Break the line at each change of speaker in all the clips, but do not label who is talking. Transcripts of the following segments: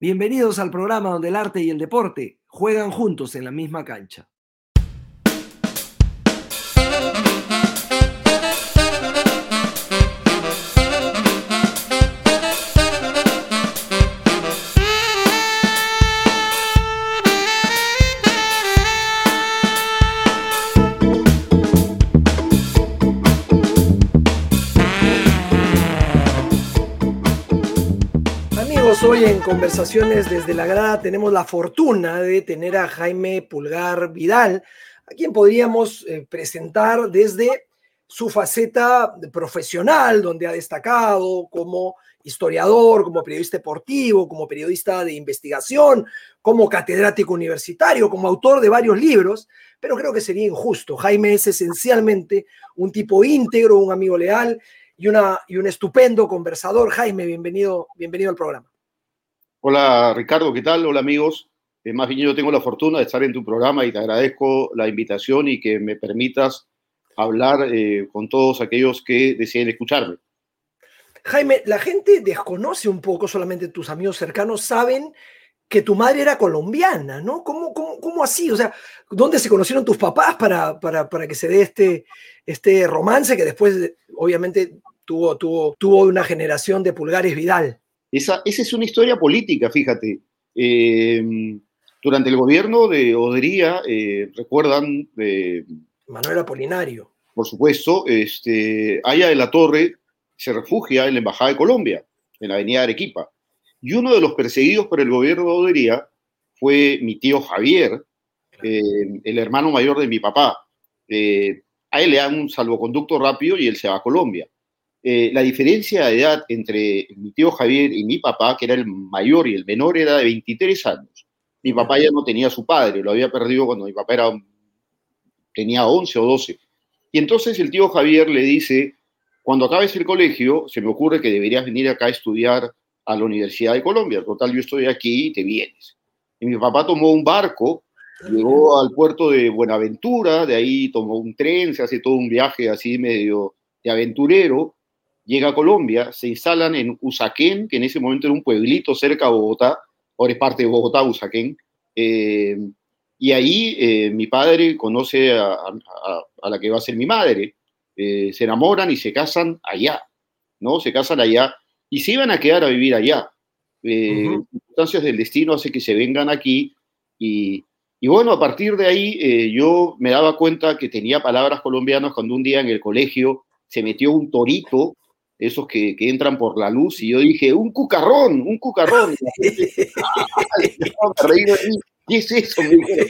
Bienvenidos al programa donde el arte y el deporte juegan juntos en la misma cancha. Hoy en Conversaciones desde la Grada tenemos la fortuna de tener a Jaime Pulgar Vidal, a quien podríamos presentar desde su faceta profesional, donde ha destacado como historiador, como periodista deportivo, como periodista de investigación, como catedrático universitario, como autor de varios libros, pero creo que sería injusto. Jaime es esencialmente un tipo íntegro, un amigo leal y un estupendo conversador. Jaime, bienvenido al programa.
Hola Ricardo, ¿qué tal? Hola amigos. Más bien yo tengo la fortuna de estar en tu programa y te agradezco la invitación y que me permitas hablar con todos aquellos que deseen escucharme.
Jaime, la gente desconoce un poco, solamente tus amigos cercanos saben que tu madre era colombiana, ¿no? ¿Cómo así? O sea, ¿dónde se conocieron tus papás para que se dé este romance que después, obviamente, tuvo una generación de Pulgares Vidal?
Esa es una historia política, fíjate. Durante el gobierno de Odería, recuerdan,
Manuel Apolinario.
por supuesto, Aya de la Torre se refugia en la Embajada de Colombia, en la avenida Arequipa. Y uno de los perseguidos por el gobierno de Odería fue mi tío Javier, el hermano mayor de mi papá. A él le dan un salvoconducto rápido y él se va a Colombia. La diferencia de edad entre mi tío Javier y mi papá, que era el mayor y el menor, era de 23 años. Mi papá ya no tenía a su padre, lo había perdido cuando mi papá tenía 11 o 12. Y entonces el tío Javier le dice, cuando acabes el colegio, se me ocurre que deberías venir acá a estudiar a la Universidad de Colombia. Total, yo estoy aquí y te vienes. Y mi papá tomó un barco, llegó al puerto de Buenaventura, de ahí tomó un tren, se hace todo un viaje así medio de aventurero, llega a Colombia, se instalan en Usaquén, que en ese momento era un pueblito cerca de Bogotá, ahora es parte de Bogotá, Usaquén, y ahí mi padre conoce a la que va a ser mi madre, se enamoran y se casan allá, ¿no? Se casan allá y se iban a quedar a vivir allá. Circunstancias del destino hace que se vengan aquí y bueno, a partir de ahí yo me daba cuenta que tenía palabras colombianas cuando un día en el colegio se metió un torito, esos que entran por la luz, y yo dije, un cucarrón, un cucarrón. Y la gente, me reí de mí. ¿Qué es eso? Me dijeron,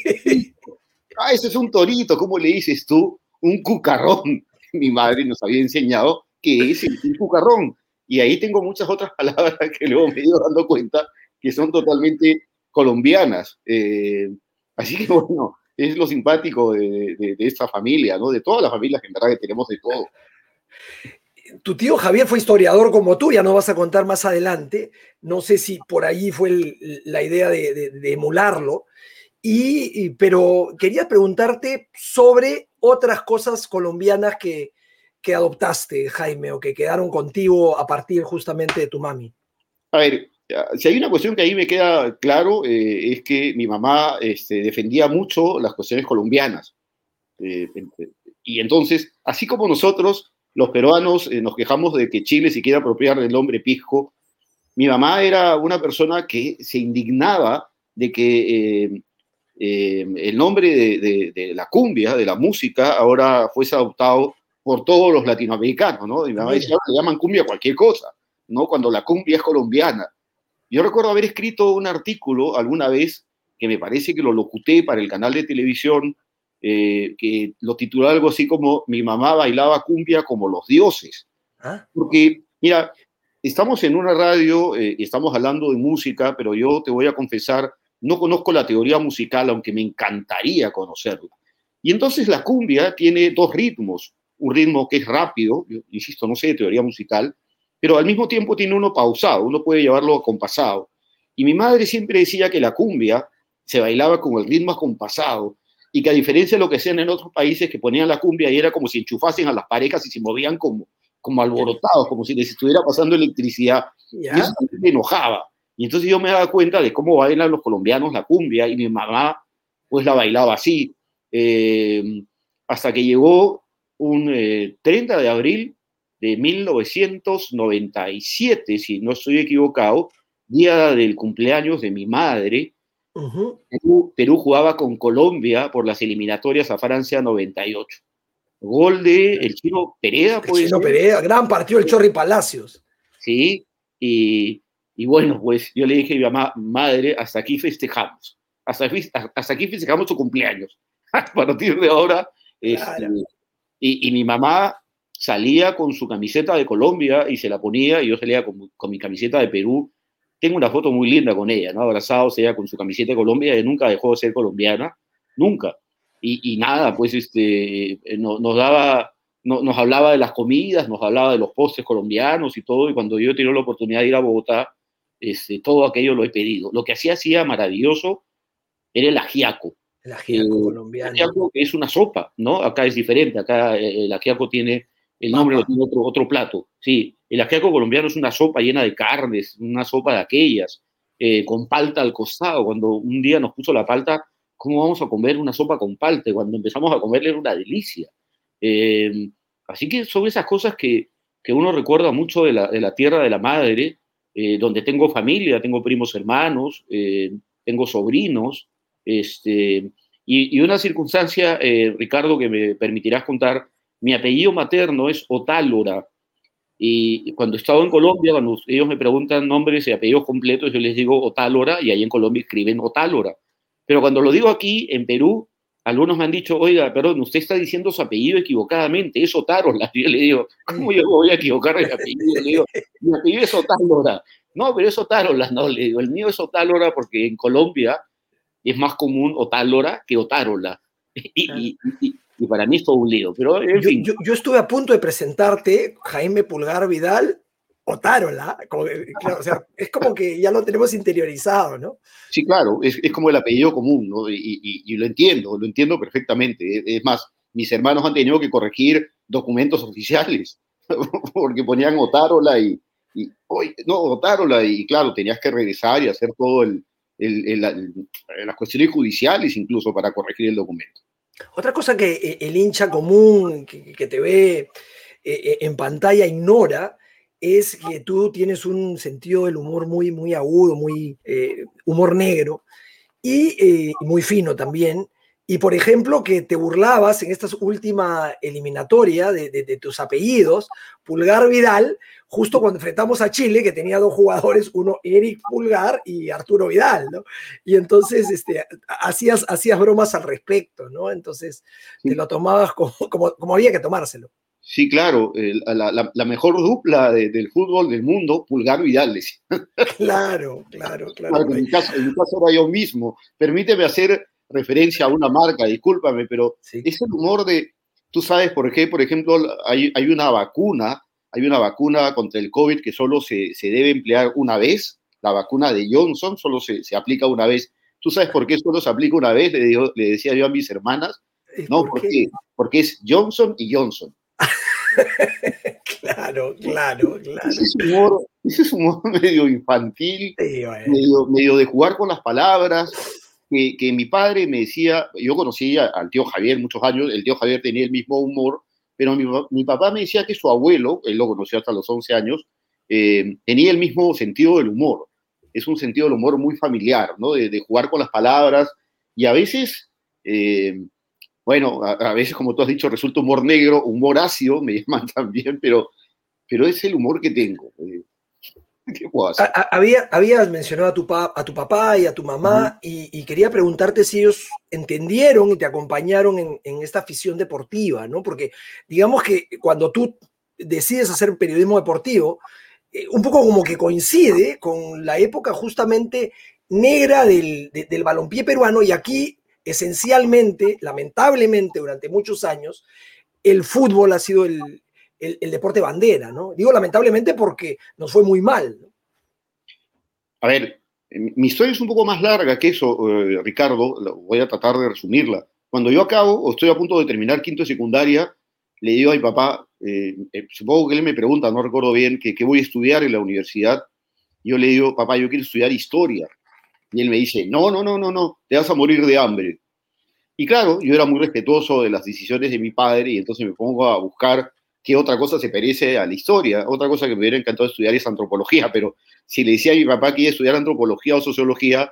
ese es un torito, ¿cómo le dices tú? Un cucarrón. Mi madre nos había enseñado que es un cucarrón. Y ahí tengo muchas otras palabras que luego me he ido dando cuenta que son totalmente colombianas. Así que bueno, es lo simpático de esta familia, ¿no? De todas las familias en verdad que tenemos de todo.
Tu tío Javier fue historiador como tú, ya nos vas a contar más adelante. No sé si por ahí fue la idea de emularlo. Pero quería preguntarte sobre otras cosas colombianas que adoptaste, Jaime, o que quedaron contigo a partir justamente de tu mami.
A ver, si hay una cuestión que ahí me queda claro, es que mi mamá defendía mucho las cuestiones colombianas. Y entonces, así como nosotros, los peruanos, nos quejamos de que Chile se quiera apropiar del nombre pisco, mi mamá era una persona que se indignaba de que el nombre de la cumbia, de la música, ahora fuese adoptado por todos los latinoamericanos, ¿no? Y mi mamá decía, ahora le llaman cumbia a cualquier cosa, ¿no? Cuando la cumbia es colombiana. Yo recuerdo haber escrito un artículo alguna vez que me parece que lo locuté para el canal de televisión, que lo titulaba algo así como Mi mamá bailaba cumbia como los dioses. ¿Ah? Porque, mira, estamos en una radio y estamos hablando de música, pero yo te voy a confesar, no conozco la teoría musical, aunque me encantaría conocerla. Y entonces la cumbia tiene dos ritmos, un ritmo que es rápido, yo insisto, no sé de teoría musical, pero al mismo tiempo tiene uno pausado, uno puede llevarlo acompasado. Y mi madre siempre decía que la cumbia se bailaba con el ritmo acompasado y que a diferencia de lo que hacían en otros países que ponían la cumbia y era como si enchufasen a las parejas y se movían como alborotados, como si les estuviera pasando electricidad. Yeah. Y eso me enojaba. Y entonces yo me daba cuenta de cómo bailan los colombianos la cumbia, y mi mamá pues la bailaba así, hasta que llegó un 30 de abril de 1997, si no estoy equivocado, día del cumpleaños de mi madre. Perú jugaba con Colombia por las eliminatorias a Francia 98. Gol de el Chino Pereda,
El
puede
Chino
ser.
Perea, gran partido el Chorri Palacios.
Sí, y bueno, pues yo le dije a mi mamá, madre, hasta aquí festejamos. Hasta aquí festejamos su cumpleaños. A partir de ahora,
Claro.
y mi mamá salía con su camiseta de Colombia y se la ponía, y yo salía con mi camiseta de Perú. Tengo una foto muy linda con ella, ¿no? Abrazados, ella con su camiseta de Colombia, ella nunca dejó de ser colombiana, nunca. Y nada, pues nos daba, nos hablaba de las comidas, nos hablaba de los postres colombianos y todo, y cuando yo tenía la oportunidad de ir a Bogotá, todo aquello lo he pedido. Lo que hacía maravilloso era el ajiaco.
El ajiaco
El
colombiano.
ajiaco es una sopa, ¿no? Acá es diferente, acá el ajiaco tiene, el nombre lo
Papa.
tiene otro plato. Sí, el ajiaco colombiano es una sopa llena de carnes, una sopa de aquellas, con palta al costado. Cuando un día nos puso la palta, ¿cómo vamos a comer una sopa con palta? Y cuando empezamos a comerla era una delicia. Eh, Así que son esas cosas que uno recuerda mucho de la tierra de la madre, donde tengo familia, tengo primos hermanos, tengo sobrinos, y una circunstancia, Ricardo, que me permitirás contar, mi apellido materno es Otálora, y cuando he estado en Colombia, cuando ellos me preguntan nombres y apellidos completos, yo les digo Otálora, y ahí en Colombia escriben Otálora. Pero cuando lo digo aquí, en Perú, algunos me han dicho, oiga, perdón, usted está diciendo su apellido equivocadamente, es Otárola. Y yo le digo, ¿cómo yo me voy a equivocar de mi apellido? Le digo, mi apellido es Otálora. No, pero es Otárola, no, le digo, el mío es Otálora porque en Colombia es más común Otálora que Otárola. Y para mí es todo un lío, pero en
Yo,
fin.
yo, yo estuve a punto de presentarte, Jaime Pulgar Vidal, Otárola. Claro, o sea, es como que ya lo tenemos interiorizado, ¿no?
Sí, claro, es como el apellido común, ¿no? Y lo entiendo perfectamente. Es más, mis hermanos han tenido que corregir documentos oficiales porque ponían Otárola oye, no, Otárola, y claro, tenías que regresar y hacer todo las cuestiones judiciales incluso para corregir el documento.
Otra cosa que el hincha común que te ve en pantalla ignora es que tú tienes un sentido del humor muy, muy agudo, muy humor negro y muy fino también. Y por ejemplo, que te burlabas en esta última eliminatoria de tus apellidos, Pulgar Vidal, justo cuando enfrentamos a Chile, que tenía dos jugadores, uno Eric Pulgar y Arturo Vidal, ¿no? Y entonces hacías bromas al respecto, ¿no? Entonces te
Sí,
lo tomabas como había que tomárselo.
sí, claro, la mejor dupla del fútbol del mundo, Pulgar Vidal, decía.
Claro, claro, claro.
Claro, en mi caso era yo mismo. Permíteme hacer referencia a una marca, discúlpame, pero
Sí,
es el humor de, tú sabes por qué, por ejemplo, hay una vacuna contra el COVID que solo se debe emplear una vez, la vacuna de Johnson solo se aplica una vez. ¿Tú sabes por qué solo se aplica una vez? Le decía yo a mis hermanas. No,
¿por
¿por
qué?
qué? Porque es Johnson y Johnson.
Claro, claro, claro.
Ese es humor medio infantil,
Sí, bueno.
medio de jugar con las palabras, que mi padre me decía, yo conocí al tío Javier muchos años, el tío Javier tenía el mismo humor, pero mi papá me decía que su abuelo, él lo conoció hasta los 11 años, tenía el mismo sentido del humor. Es un sentido del humor muy familiar, ¿no? De jugar con las palabras, y a veces, bueno, a veces, como tú has dicho, resulta humor negro, humor ácido, me llaman también, pero es el humor que tengo. ¿Qué puedo hacer?
Habías mencionado a tu papá y a tu
Uh -huh.
mamá y quería preguntarte si ellos entendieron y te acompañaron en esta afición deportiva, ¿no? Porque digamos que cuando tú decides hacer periodismo deportivo, un poco como que coincide con la época justamente negra del balompié peruano y aquí esencialmente, lamentablemente durante muchos años, el fútbol ha sido el deporte bandera, ¿no? Digo lamentablemente porque nos fue muy mal, ¿no?
A ver, mi historia es un poco más larga que eso, Ricardo, voy a tratar de resumirla. Cuando yo acabo, o estoy a punto de terminar quinto de secundaria, le digo a mi papá, supongo que él me pregunta, no recuerdo bien, que voy a estudiar en la universidad, Y yo le digo, papá, yo quiero estudiar historia. Y él me dice, no, no, no, no, no, te vas a morir de hambre. Y claro, yo era muy respetuoso de las decisiones de mi padre y entonces me pongo a buscar qué otra cosa se parece a la historia. Otra cosa que me hubiera encantado estudiar es antropología, pero si le decía a mi papá que iba a estudiar antropología o sociología,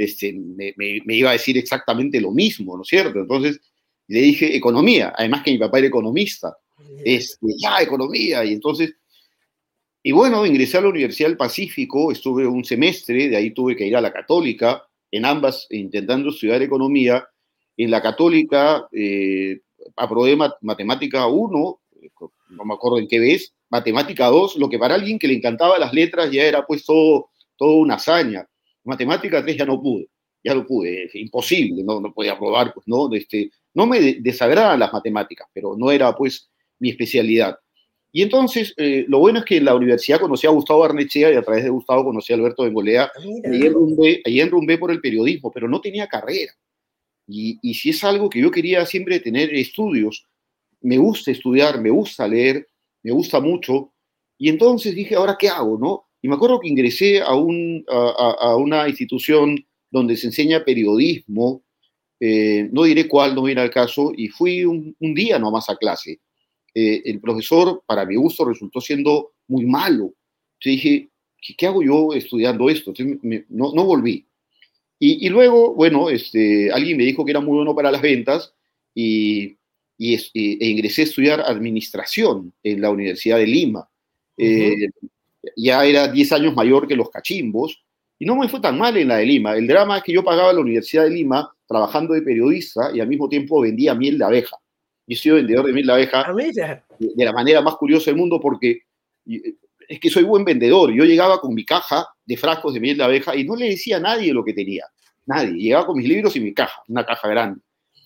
me iba a decir exactamente lo mismo, ¿no es cierto? Entonces le dije economía, además que mi papá era economista. Ya, economía. Y entonces, y bueno, ingresé a la Universidad del Pacífico, estuve un semestre, de ahí tuve que ir a la Católica, en ambas intentando estudiar economía. En la Católica aprobé matemática 1, no me acuerdo en qué vez, matemática 2, lo que para alguien que le encantaba las letras ya era pues todo una hazaña. Matemática 3 ya no pude, es imposible, no podía aprobar, pues no, no me desagradan las matemáticas, pero no era pues mi especialidad. Y entonces, lo bueno es que en la universidad conocí a Gustavo Barnechea y a través de Gustavo conocí a Alberto Bengolea.
Mira.
Ahí enrumbé por el periodismo, pero no tenía carrera. Y si es algo que yo quería siempre tener estudios, me gusta estudiar, me gusta leer, me gusta mucho. Y entonces dije, ¿ahora qué hago? ¿No? Y me acuerdo que ingresé a una institución donde se enseña periodismo, no diré cuál, no viene al caso, y fui un día nomás a clase. El profesor, para mi gusto, resultó siendo muy malo. Entonces dije, ¿qué hago yo estudiando esto? Entonces no volví. Y luego, bueno, alguien me dijo que era muy bueno para las ventas y, ingresé a estudiar administración en la Universidad de Lima. Eh, ya era 10 años mayor que los cachimbos y no me fue tan mal en la de Lima. El drama es que yo pagaba la Universidad de Lima trabajando de periodista y al mismo tiempo vendía miel de abeja. Yo soy vendedor de miel de abeja
Ah, mira.
de la manera más curiosa del mundo porque es que soy buen vendedor. Yo llegaba con mi caja de frascos de miel de abeja y no le decía a nadie lo que tenía. Nadie. Llegaba con mis libros y mi caja, una caja grande.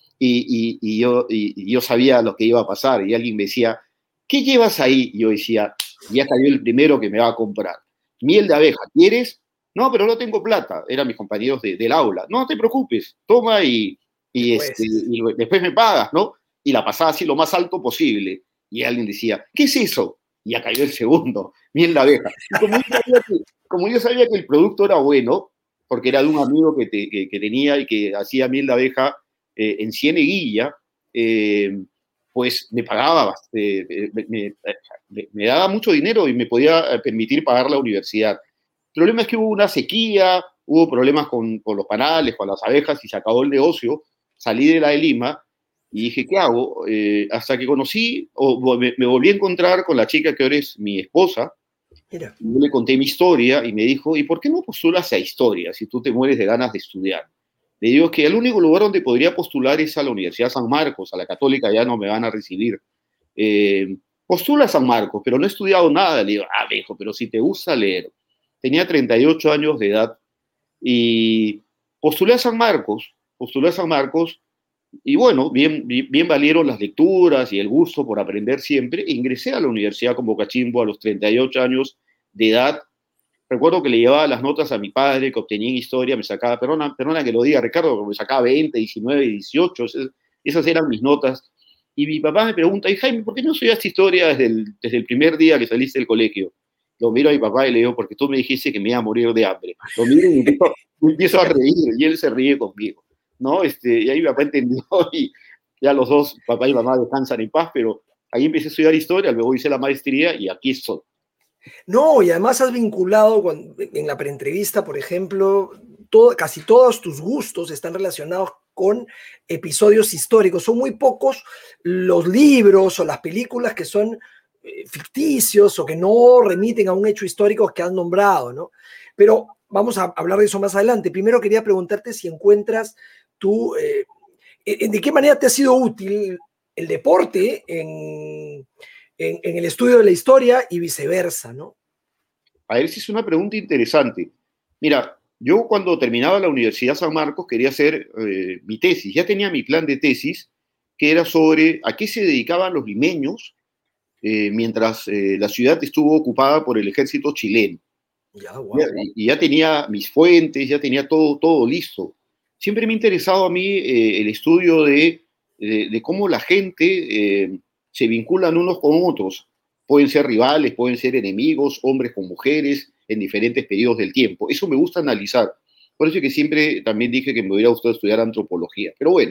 Y yo sabía lo que iba a pasar y alguien me decía, ¿qué llevas ahí? Y yo decía, ya cayó el primero que me va a comprar. Miel de abeja, ¿quieres? No, pero no tengo plata. Eran mis compañeros del aula. No te preocupes, toma
Pues.
y después me pagas, ¿no? Y la pasaba así lo más alto posible. Y alguien decía, ¿qué es eso? Y ya cayó el segundo, miel de abeja. Y como yo sabía que el producto era bueno, porque era de un amigo que tenía y que hacía miel de abeja en Cieneguilla, pues me pagaba, me daba mucho dinero y me podía permitir pagar la universidad. El problema es que hubo una sequía, hubo problemas con los panales, con las abejas y se acabó el negocio. Salí de la de Lima y dije, ¿qué hago? Hasta que conocí, o me volví a encontrar con la chica que ahora es mi esposa.
Mira.
Yo le conté mi historia y me dijo, ¿y por qué no postulas a historia si tú te mueres de ganas de estudiar? Le digo que el único lugar donde podría postular es a la Universidad San Marcos, a la Católica ya no me van a recibir. Postula a San Marcos, pero no he estudiado nada. Le digo, viejo, pero si te gusta leer. Tenía 38 años de edad y postulé a San Marcos y bueno, bien valieron las lecturas y el gusto por aprender siempre. E ingresé a la universidad como cachimbo a los 38 años de edad. Recuerdo que le llevaba las notas a mi padre, que obtenía en historia, me sacaba, perdona que lo diga, Ricardo, me sacaba 20, 19, 18, esas eran mis notas. Y mi papá me pregunta, y Jaime, ¿por qué no estudiaste historia desde el primer día que saliste del colegio? Lo miro a mi papá y le digo, porque tú me dijiste que me iba a morir de hambre. Lo miro y empiezo a reír, y él se ríe conmigo, ¿no? Y ahí mi papá entendió, y ya los dos, papá y mamá, descansan en paz, pero ahí empecé a estudiar historia, luego hice la maestría y aquí estoy.
No, y además has vinculado en la preentrevista, por ejemplo, casi todos tus gustos están relacionados con episodios históricos. Son muy pocos los libros o las películas que son ficticios o que no remiten a un hecho histórico que has nombrado, ¿no? Pero vamos a hablar de eso más adelante. Primero quería preguntarte si encuentras tú, ¿de qué manera te ha sido útil el deporte en el estudio de la historia y viceversa, ¿no?
A ver si es una pregunta interesante. Mira, yo cuando terminaba la Universidad San Marcos quería hacer mi tesis. Ya tenía mi plan de tesis, que era sobre a qué se dedicaban los limeños mientras la ciudad estuvo ocupada por el ejército chileno.
Ya, wow.
Y ya tenía mis fuentes, ya tenía todo listo. Siempre me ha interesado a mí el estudio de cómo la gente se vinculan unos con otros. Pueden ser rivales, pueden ser enemigos, hombres con mujeres, en diferentes periodos del tiempo. Eso me gusta analizar. Por eso es que siempre también dije que me hubiera gustado estudiar antropología. Pero bueno,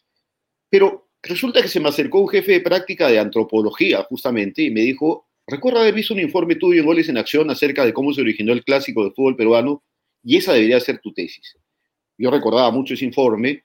pero resulta que se me acercó un jefe de práctica de antropología, justamente, y me dijo, recuerdo haber visto un informe tuyo en Goles en Acción acerca de cómo se originó el clásico de fútbol peruano, y esa debería ser tu tesis. Yo recordaba mucho ese informe,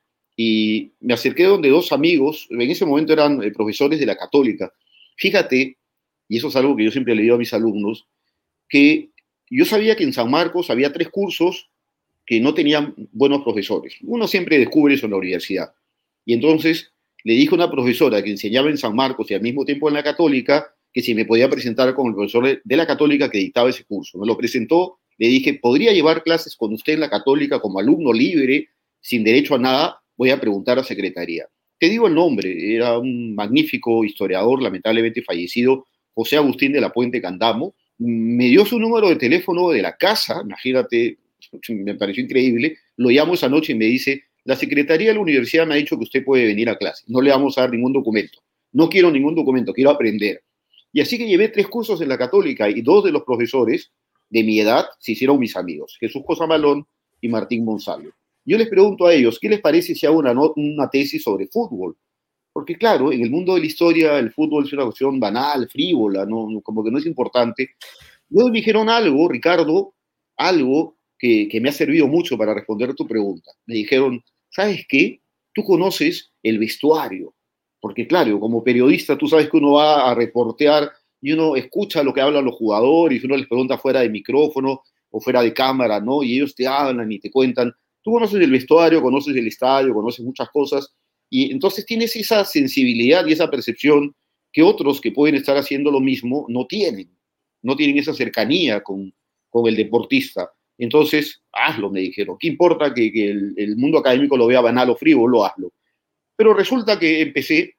y me acerqué donde dos amigos, en ese momento eran profesores de la Católica. Fíjate, y eso es algo que yo siempre le digo a mis alumnos, que yo sabía que en San Marcos había 3 cursos que no tenían buenos profesores. Uno siempre descubre eso en la universidad. Y entonces le dije a una profesora que enseñaba en San Marcos y al mismo tiempo en la Católica que si me podía presentar con el profesor de la Católica que dictaba ese curso. Me lo presentó, le dije, ¿podría llevar clases con usted en la Católica como alumno libre, sin derecho a nada? Voy a preguntar a secretaría. Te digo el nombre, era un magnífico historiador, lamentablemente fallecido, José Agustín de la Puente Candamo. Me dio su número de teléfono de la casa, imagínate, me pareció increíble. Lo llamo esa noche y me dice, la secretaría de la universidad me ha dicho que usted puede venir a clase, no le vamos a dar ningún documento. No quiero ningún documento, quiero aprender. Y así que llevé 3 cursos en la Católica y 2 de los profesores de mi edad se hicieron mis amigos, Jesús Cosamalón y Martín Gonzalo. Yo les pregunto a ellos, ¿qué les parece si hago una tesis sobre fútbol? Porque claro, en el mundo de la historia el fútbol es una cuestión banal, frívola, ¿no? Como que no es importante. Luego me dijeron algo, Ricardo, algo que me ha servido mucho para responder tu pregunta. Me dijeron, ¿sabes qué? Tú conoces el vestuario, porque claro, como periodista tú sabes que uno va a reportear y uno escucha lo que hablan los jugadores, y uno les pregunta fuera de micrófono o fuera de cámara, ¿no? Y ellos te hablan y te cuentan. Tú conoces el vestuario, conoces el estadio, conoces muchas cosas, y entonces tienes esa sensibilidad y esa percepción que otros que pueden estar haciendo lo mismo no tienen. No tienen esa cercanía con el deportista. Entonces, hazlo, me dijeron. ¿Qué importa que el mundo académico lo vea banal o frívolo? Hazlo. Pero resulta que empecé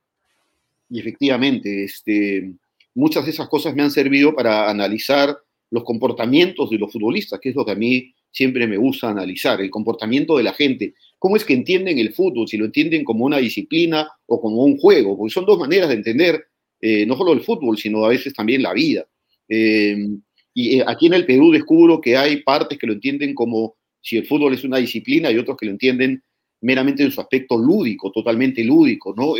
y efectivamente muchas de esas cosas me han servido para analizar los comportamientos de los futbolistas, que es lo que a mí siempre me gusta analizar, el comportamiento de la gente. ¿Cómo es que entienden el fútbol? Si lo entienden como una disciplina o como un juego, porque son dos maneras de entender no solo el fútbol, sino a veces también la vida. Eh, Aquí en el Perú descubro que hay partes que lo entienden como si el fútbol es una disciplina y otros que lo entienden meramente en su aspecto lúdico, totalmente lúdico, ¿no?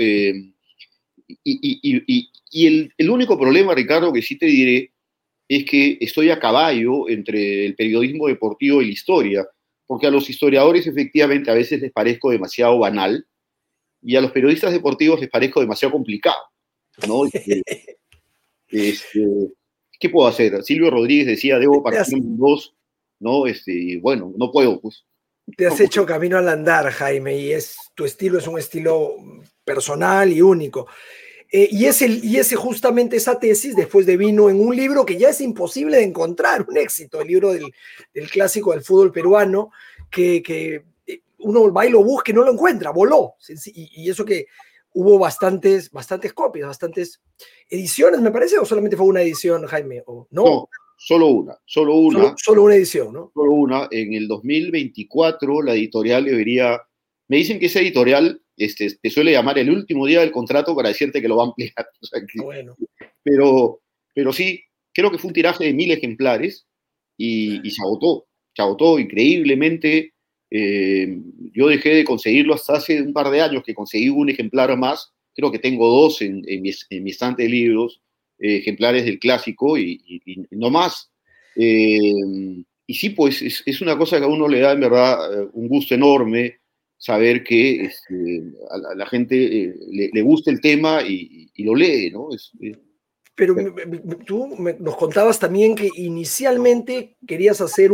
El único problema, Ricardo, que sí te diré, es que estoy a caballo entre el periodismo deportivo y la historia, porque a los historiadores efectivamente a veces les parezco demasiado banal y a los periodistas deportivos les parezco demasiado complicado, ¿no? Este, ¿Qué puedo hacer? Silvio Rodríguez decía, debo partirme en dos, ¿no? Y bueno, no puedo, pues.
Te has hecho camino al andar, Jaime, y tu estilo es un estilo personal y único. Y ese justamente esa tesis después devino en un libro que ya es imposible de encontrar, un éxito, el libro del clásico del fútbol peruano, que uno va y lo busca y no lo encuentra, voló. Y eso que hubo bastantes copias, bastantes ediciones, me parece, o solamente fue una edición, Jaime, ¿o no?
No, solo una.
Solo una edición, ¿no?
Solo una. En el 2024 la editorial debería... Me dicen que esa editorial te suele llamar el último día del contrato para decirte que lo va a ampliar. O sea que,
bueno.
pero sí, creo que fue un tiraje de 1000 ejemplares y se agotó increíblemente. Yo dejé de conseguirlo hasta hace un par de años que conseguí un ejemplar más. Creo que tengo 2 en mi estante de libros, ejemplares del clásico y no más. Y sí, pues es una cosa que a uno le da en verdad un gusto enorme saber que a la gente le gusta el tema y lo lee, ¿no?
Pero tú nos contabas también que inicialmente querías hacer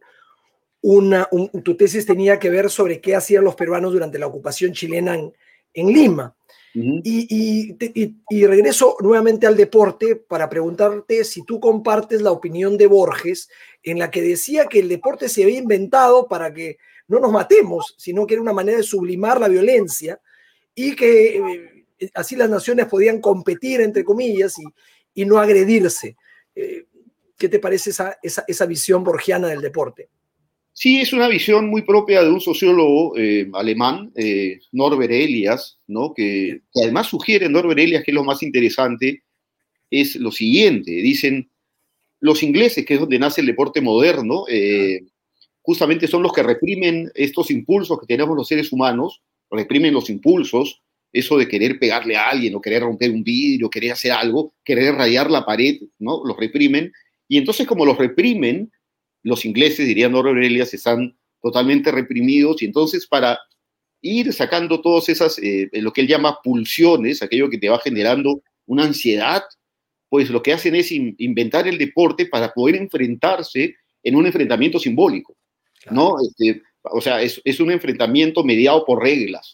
tu tesis tenía que ver sobre qué hacían los peruanos durante la ocupación chilena en Lima.
Uh-huh.
Y regreso nuevamente al deporte para preguntarte si tú compartes la opinión de Borges, en la que decía que el deporte se había inventado para que no nos matemos, sino que era una manera de sublimar la violencia y que así las naciones podían competir, entre comillas, y no agredirse. ¿Qué te parece esa visión borgiana del deporte?
Sí, es una visión muy propia de un sociólogo alemán, Norbert Elias, ¿no? Que además sugiere Norbert Elias, que es lo más interesante, es lo siguiente. Dicen, los ingleses, que es donde nace el deporte moderno, justamente son los que reprimen estos impulsos que tenemos los seres humanos, reprimen los impulsos, eso de querer pegarle a alguien o querer romper un vidrio, querer hacer algo, querer rayar la pared, ¿no? Los reprimen. Y entonces, como los reprimen, los ingleses, diría Nora Aurelias, están totalmente reprimidos, y entonces para ir sacando todas esas, lo que él llama pulsiones, aquello que te va generando una ansiedad, pues lo que hacen es inventar el deporte para poder enfrentarse en un enfrentamiento simbólico, ¿no? O sea, es un enfrentamiento mediado por reglas.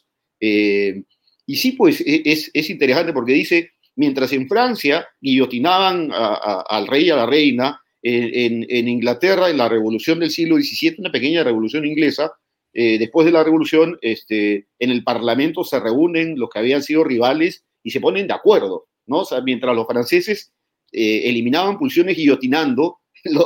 Y sí, pues es interesante porque dice, mientras en Francia guillotinaban al rey y a la reina, en Inglaterra, en la revolución del siglo XVII, una pequeña revolución inglesa, después de la revolución, en el Parlamento se reúnen los que habían sido rivales y se ponen de acuerdo, ¿no? O sea, mientras los franceses eliminaban pulsiones guillotinando,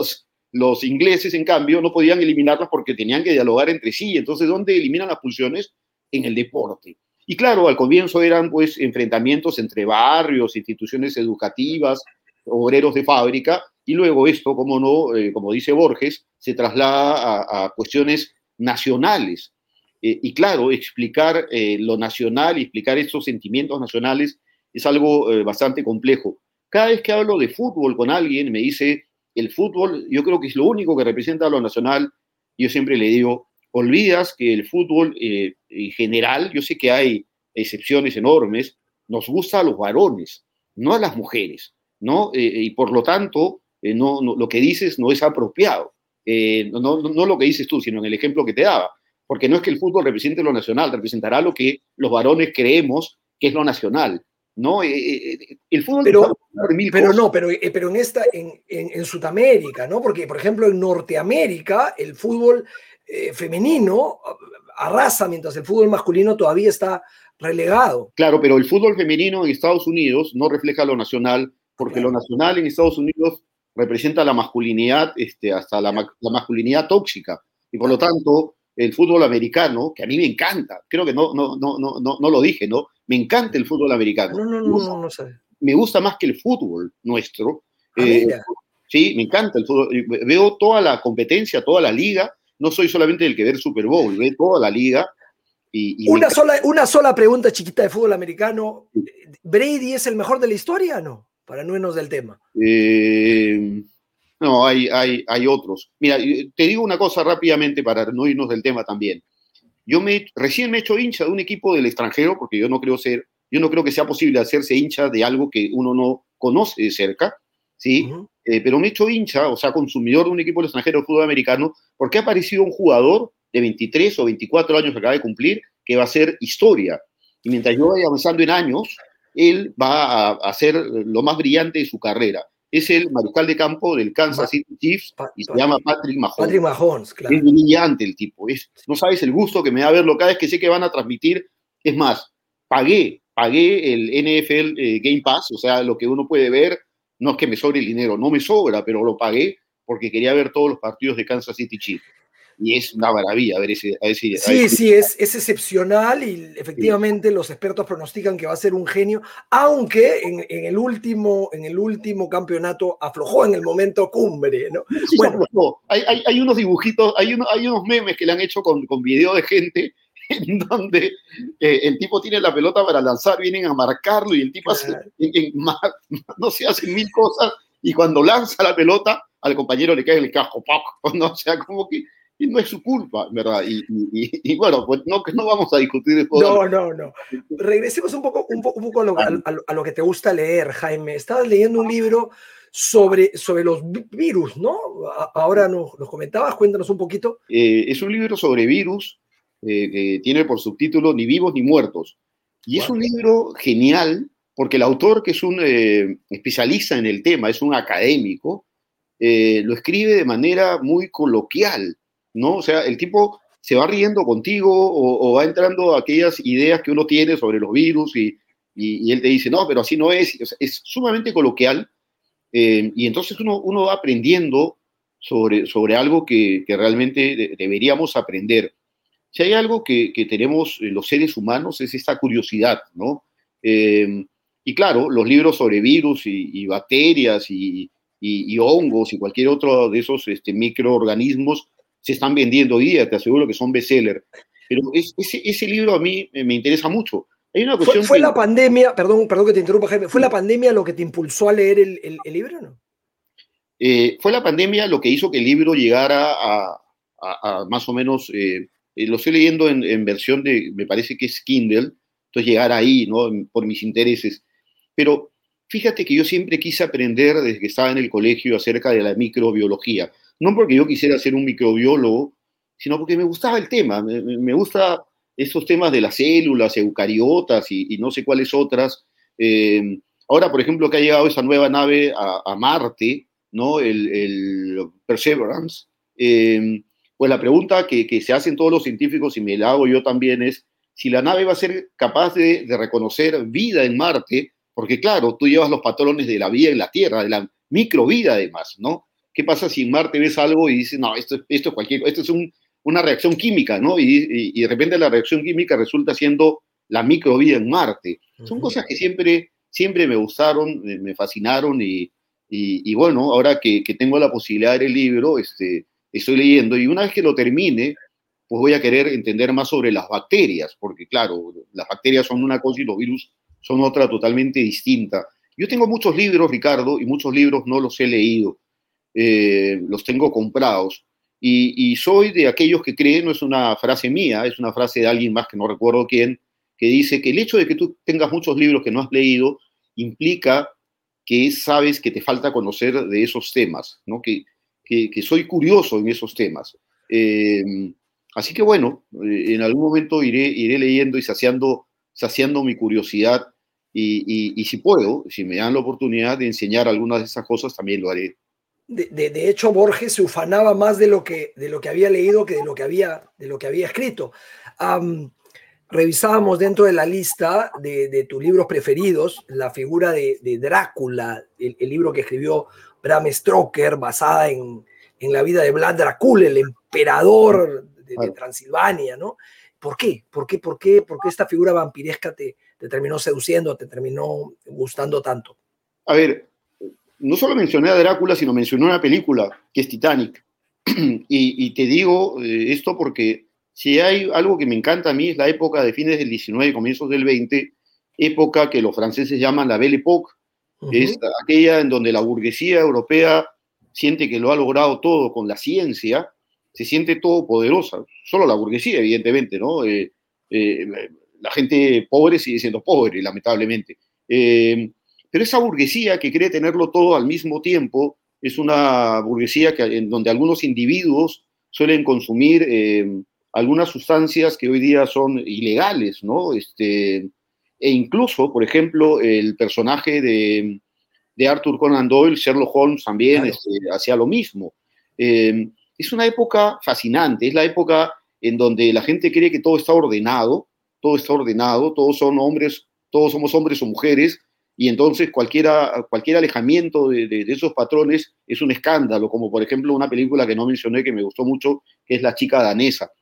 los ingleses, en cambio, no podían eliminarlas porque tenían que dialogar entre sí. Entonces, ¿dónde eliminan las pulsiones? En el deporte. Y claro, al comienzo eran pues enfrentamientos entre barrios, instituciones educativas, obreros de fábrica, y luego esto, como no, como dice Borges, se traslada a cuestiones nacionales. Y claro, explicar lo nacional y explicar estos sentimientos nacionales es algo bastante complejo. Cada vez que hablo de fútbol con alguien, me dice, el fútbol, yo creo que es lo único que representa a lo nacional. Yo siempre le digo, olvidas que el fútbol en general, yo sé que hay excepciones enormes, nos gusta a los varones, no a las mujeres, ¿no? Y por lo tanto, no, lo que dices no es apropiado. No lo que dices tú, sino en el ejemplo que te daba. Porque no es que el fútbol represente lo nacional, representará lo que los varones creemos que es lo nacional, ¿no? El fútbol
pero,
de mil
pero
cosas.
no, pero en Sudamérica, ¿no? Porque, por ejemplo, en Norteamérica el fútbol femenino arrasa, mientras el fútbol masculino todavía está relegado.
Claro, pero el fútbol femenino en Estados Unidos no refleja lo nacional, porque lo
Claro,
nacional en Estados Unidos representa la masculinidad, hasta
ya,
la masculinidad tóxica. Y por lo
claro.
tanto, el fútbol americano, que a mí me encanta, creo que no lo dije, ¿no? Me encanta el fútbol americano.
No, no, no, no, no sé.
Me gusta más que el fútbol nuestro.
Ah,
Eh,
mira.
sí, me encanta el fútbol. Veo toda la competencia, toda la liga. No soy solamente el que ve el Super Bowl, veo toda la liga y me encanta.
Una sola pregunta chiquita de fútbol americano. ¿Brady es el mejor de la historia? No, para no irnos del tema.
Eh, no, hay otros. Mira, te digo una cosa rápidamente para no irnos del tema también. Recién me he hecho hincha de un equipo del extranjero, porque yo no creo que sea posible hacerse hincha de algo que uno no conoce de cerca, ¿sí?
Ujú.
Pero me he hecho hincha, o sea, consumidor de un equipo del extranjero de fútbol americano, porque ha aparecido un jugador de 23 o 24 años que acaba de cumplir, que va a ser historia. Y mientras yo vaya avanzando en años, él va a ser lo más brillante de su carrera. Es el mariscal de campo del Kansas
Ma-
City Chiefs
Pa-
y se
Pa-
llama Patrick
Patrick
Mahomes.
Mahomes,
Es
claro.
brillante el tipo. No sabes el gusto que me da verlo cada vez que sé que van a transmitir. Es más, pagué el NFL Game Pass, o sea, lo que uno puede ver. No es que me sobre el dinero, no me sobra, pero lo pagué porque quería ver todos los partidos de Kansas City Chiefs. Y es una maravilla ver a
Sí,
ese.
sí, es excepcional y efectivamente los expertos pronostican que va a ser un genio, aunque en el último campeonato aflojó en el momento cumbre, ¿no?
Sí, se
Bueno,
aflojó. Hay unos dibujitos, hay unos memes que le han hecho con video de gente en donde el tipo tiene la pelota para lanzar, vienen a marcarlo y el tipo hace,
claro.
no sé, hace mil cosas y cuando lanza la pelota al compañero le cae el casco, ¡pac! ¿No? O sea, como que no es su culpa, ¿verdad? Y bueno, pues no vamos a discutir de todo.
No, no, no. Regresemos un poco a lo que te gusta leer, Jaime. Estabas leyendo un libro sobre los virus, ¿no? Ahora nos comentabas, cuéntanos un poquito.
Es un libro sobre virus que tiene por subtítulo Ni vivos ni muertos. Y es
Wow.
un libro genial porque el autor, que es un especialista en el tema, es un académico, lo escribe de manera muy coloquial, ¿no? O sea, el tipo se va riendo contigo o va entrando a aquellas ideas que uno tiene sobre los virus y él te dice, no, pero así no es. O sea, es sumamente coloquial y entonces uno va aprendiendo sobre algo que realmente deberíamos aprender. Si hay algo que tenemos los seres humanos es esta curiosidad, ¿no? Y claro, los libros sobre virus y bacterias y hongos y cualquier otro de esos microorganismos se están vendiendo hoy día, te aseguro que son bestseller. Pero ese libro a mí me interesa mucho. Hay una cuestión
¿Fue
que
la pandemia, perdón que te interrumpa, Jaime, ¿fue la pandemia lo que te impulsó a leer el libro, no?
fue la pandemia lo que hizo que el libro llegara a más o menos, lo estoy leyendo en versión de, me parece que es Kindle, entonces llegar ahí, ¿no? Por mis intereses. Pero fíjate que yo siempre quise aprender desde que estaba en el colegio acerca de la microbiología. No porque yo quisiera ser un microbiólogo, sino porque me gustaba el tema. Me gusta esos temas de las células, eucariotas y no sé cuáles otras. Ahora, por ejemplo, que ha llegado esa nueva nave a Marte, ¿no? El Perseverance. Pues la pregunta que se hacen todos los científicos, y me la hago yo también, es si la nave va a ser capaz de reconocer vida en Marte, porque claro, tú llevas los patrones de la vida en la Tierra, de la microvida además, ¿no? ¿Qué pasa si en Marte ves algo y dices, no, esto es una reacción química, ¿no? Y de repente la reacción química resulta siendo la microvida en Marte. Son cosas que siempre me gustaron, me fascinaron y bueno, ahora que tengo la posibilidad de leer el libro, estoy leyendo y una vez que lo termine, pues voy a querer entender más sobre las bacterias, porque claro, las bacterias son una cosa y los virus son otra totalmente distinta. Yo tengo muchos libros, Ricardo, y muchos libros no los he leído, los tengo comprados. Y soy de aquellos que creen, no es una frase mía, es una frase de alguien más que no recuerdo quién, que dice que el hecho de que tú tengas muchos libros que no has leído implica que sabes que te falta conocer de esos temas, ¿no? Que soy curioso en esos temas. Así que bueno, en algún momento iré leyendo y saciando mi curiosidad y si puedo, si me dan la oportunidad de enseñar algunas de esas cosas, también lo haré.
De hecho, Borges se ufanaba más de lo que había leído que de lo que había escrito. Revisábamos dentro de la lista de tus libros preferidos la figura de Drácula, el libro que escribió Bram Stoker, basada en la vida de Vlad Dracul, el emperador de Transilvania, ¿no? ¿Por qué? ¿Por qué esta figura vampiresca te terminó seduciendo, te terminó gustando tanto?
A ver, no solo mencioné a Drácula, sino mencioné una película que es Titanic. Y te digo esto porque si hay algo que me encanta a mí es la época de fines del 19 y comienzos del 20, época que los franceses llaman la Belle Époque, es aquella en donde la burguesía europea siente que lo ha logrado todo con la ciencia, se siente todopoderosa, solo la burguesía, evidentemente, ¿no? La gente pobre sigue siendo pobre, lamentablemente. Pero esa burguesía que cree tenerlo todo al mismo tiempo es una burguesía en donde algunos individuos suelen consumir algunas sustancias que hoy día son ilegales, ¿no? E incluso, por ejemplo, el personaje de Arthur Conan Doyle, Sherlock Holmes, también
Claro.
hacía lo mismo. Es una época fascinante, es la época en donde la gente cree que todo está ordenado, todos son hombres, todos somos hombres o mujeres, y entonces cualquier alejamiento de esos patrones es un escándalo, como por ejemplo una película que no mencioné que me gustó mucho, que es La chica danesa.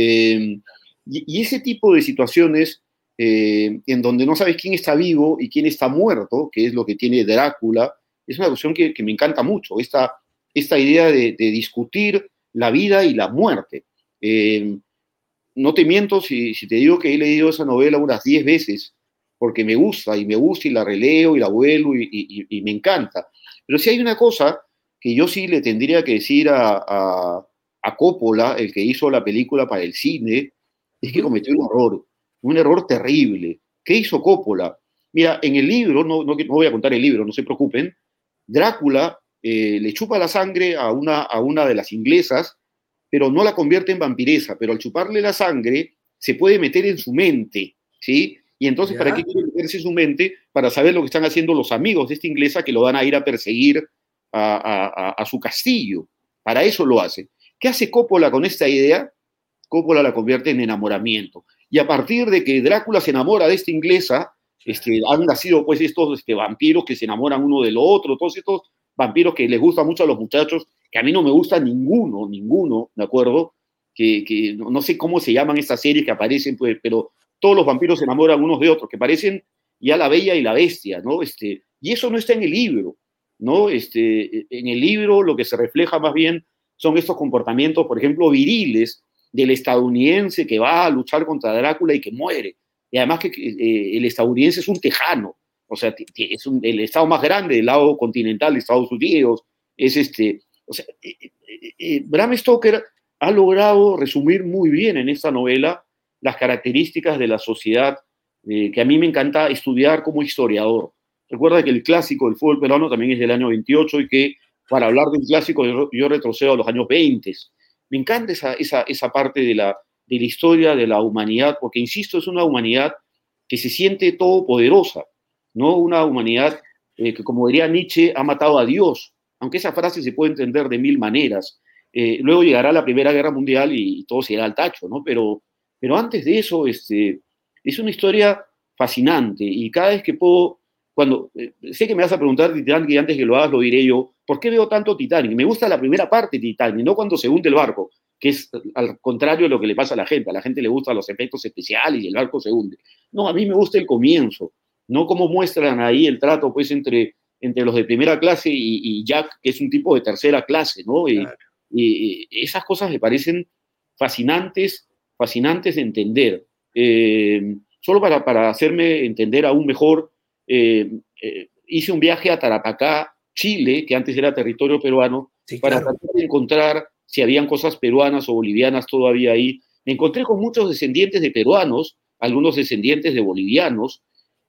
Y ese tipo de situaciones en donde no sabes quién está vivo y quién está muerto, que es lo que tiene Drácula, es una cuestión que me encanta mucho, esta idea de discutir la vida y la muerte. No te miento si te digo que he leído esa novela unas 10 veces, porque me gusta y la releo y la vuelvo y me encanta. Pero si hay una cosa que yo sí le tendría que decir a Coppola, el que hizo la película para el cine, es que cometió un error terrible. ¿Qué hizo Coppola? Mira, en el libro, no voy a contar el libro, no se preocupen, Drácula le chupa la sangre a una de las inglesas, pero no la convierte en vampiresa, pero al chuparle la sangre se puede meter en su mente, ¿sí? Y entonces, ¿para qué
¿Ya?
quiere meterse en su mente? Para saber lo que están haciendo los amigos de esta inglesa que lo van a ir a perseguir a su castillo. Para eso lo hace. ¿Qué hace Coppola con esta idea? Coppola la convierte en enamoramiento. Y a partir de que Drácula se enamora de esta inglesa, han nacido pues estos vampiros que se enamoran uno del otro, todos estos vampiros que les gustan mucho a los muchachos, que a mí no me gusta ninguno, ¿de acuerdo? Que no sé cómo se llaman estas series que aparecen, pues, pero todos los vampiros se enamoran unos de otros, que parecen ya la bella y la bestia, ¿no? Y eso no está en el libro. ¿no? En el libro lo que se refleja más bien son estos comportamientos, por ejemplo, viriles del estadounidense que va a luchar contra Drácula y que muere. Y además que el estadounidense es un tejano, o sea, es el estado más grande del lado continental de Estados Unidos. O sea, Bram Stoker ha logrado resumir muy bien en esta novela las características de la sociedad que a mí me encanta estudiar como historiador. Recuerda que el clásico del fútbol peruano también es del año 28 y que para hablar de un clásico yo retrocedo a los años 20. Me encanta esa parte de la historia de la humanidad, porque, insisto, es una humanidad que se siente todopoderosa, ¿no? Una humanidad que, como diría Nietzsche, ha matado a Dios, aunque esa frase se puede entender de mil maneras. Luego llegará la Primera Guerra Mundial y todo se irá al tacho, ¿no? Pero antes de eso, es una historia fascinante y cada vez que puedo, cuando sé que me vas a preguntar Titanic y antes que lo hagas lo diré yo, ¿por qué veo tanto Titanic? Me gusta la primera parte de Titanic, no cuando se hunde el barco, que es al contrario de lo que le pasa a la gente le gustan los efectos especiales y el barco se hunde. No, a mí me gusta el comienzo, no cómo muestran ahí el trato pues entre los de primera clase y Jack, que es un tipo de tercera clase, ¿no?
Claro.
Y esas cosas me parecen fascinantes, fascinantes de entender. Solo para hacerme entender aún mejor, hice un viaje a Tarapacá, Chile, que antes era territorio peruano,
Sí,
para
claro.
tratar de encontrar si habían cosas peruanas o bolivianas todavía ahí. Me encontré con muchos descendientes de peruanos, algunos descendientes de bolivianos,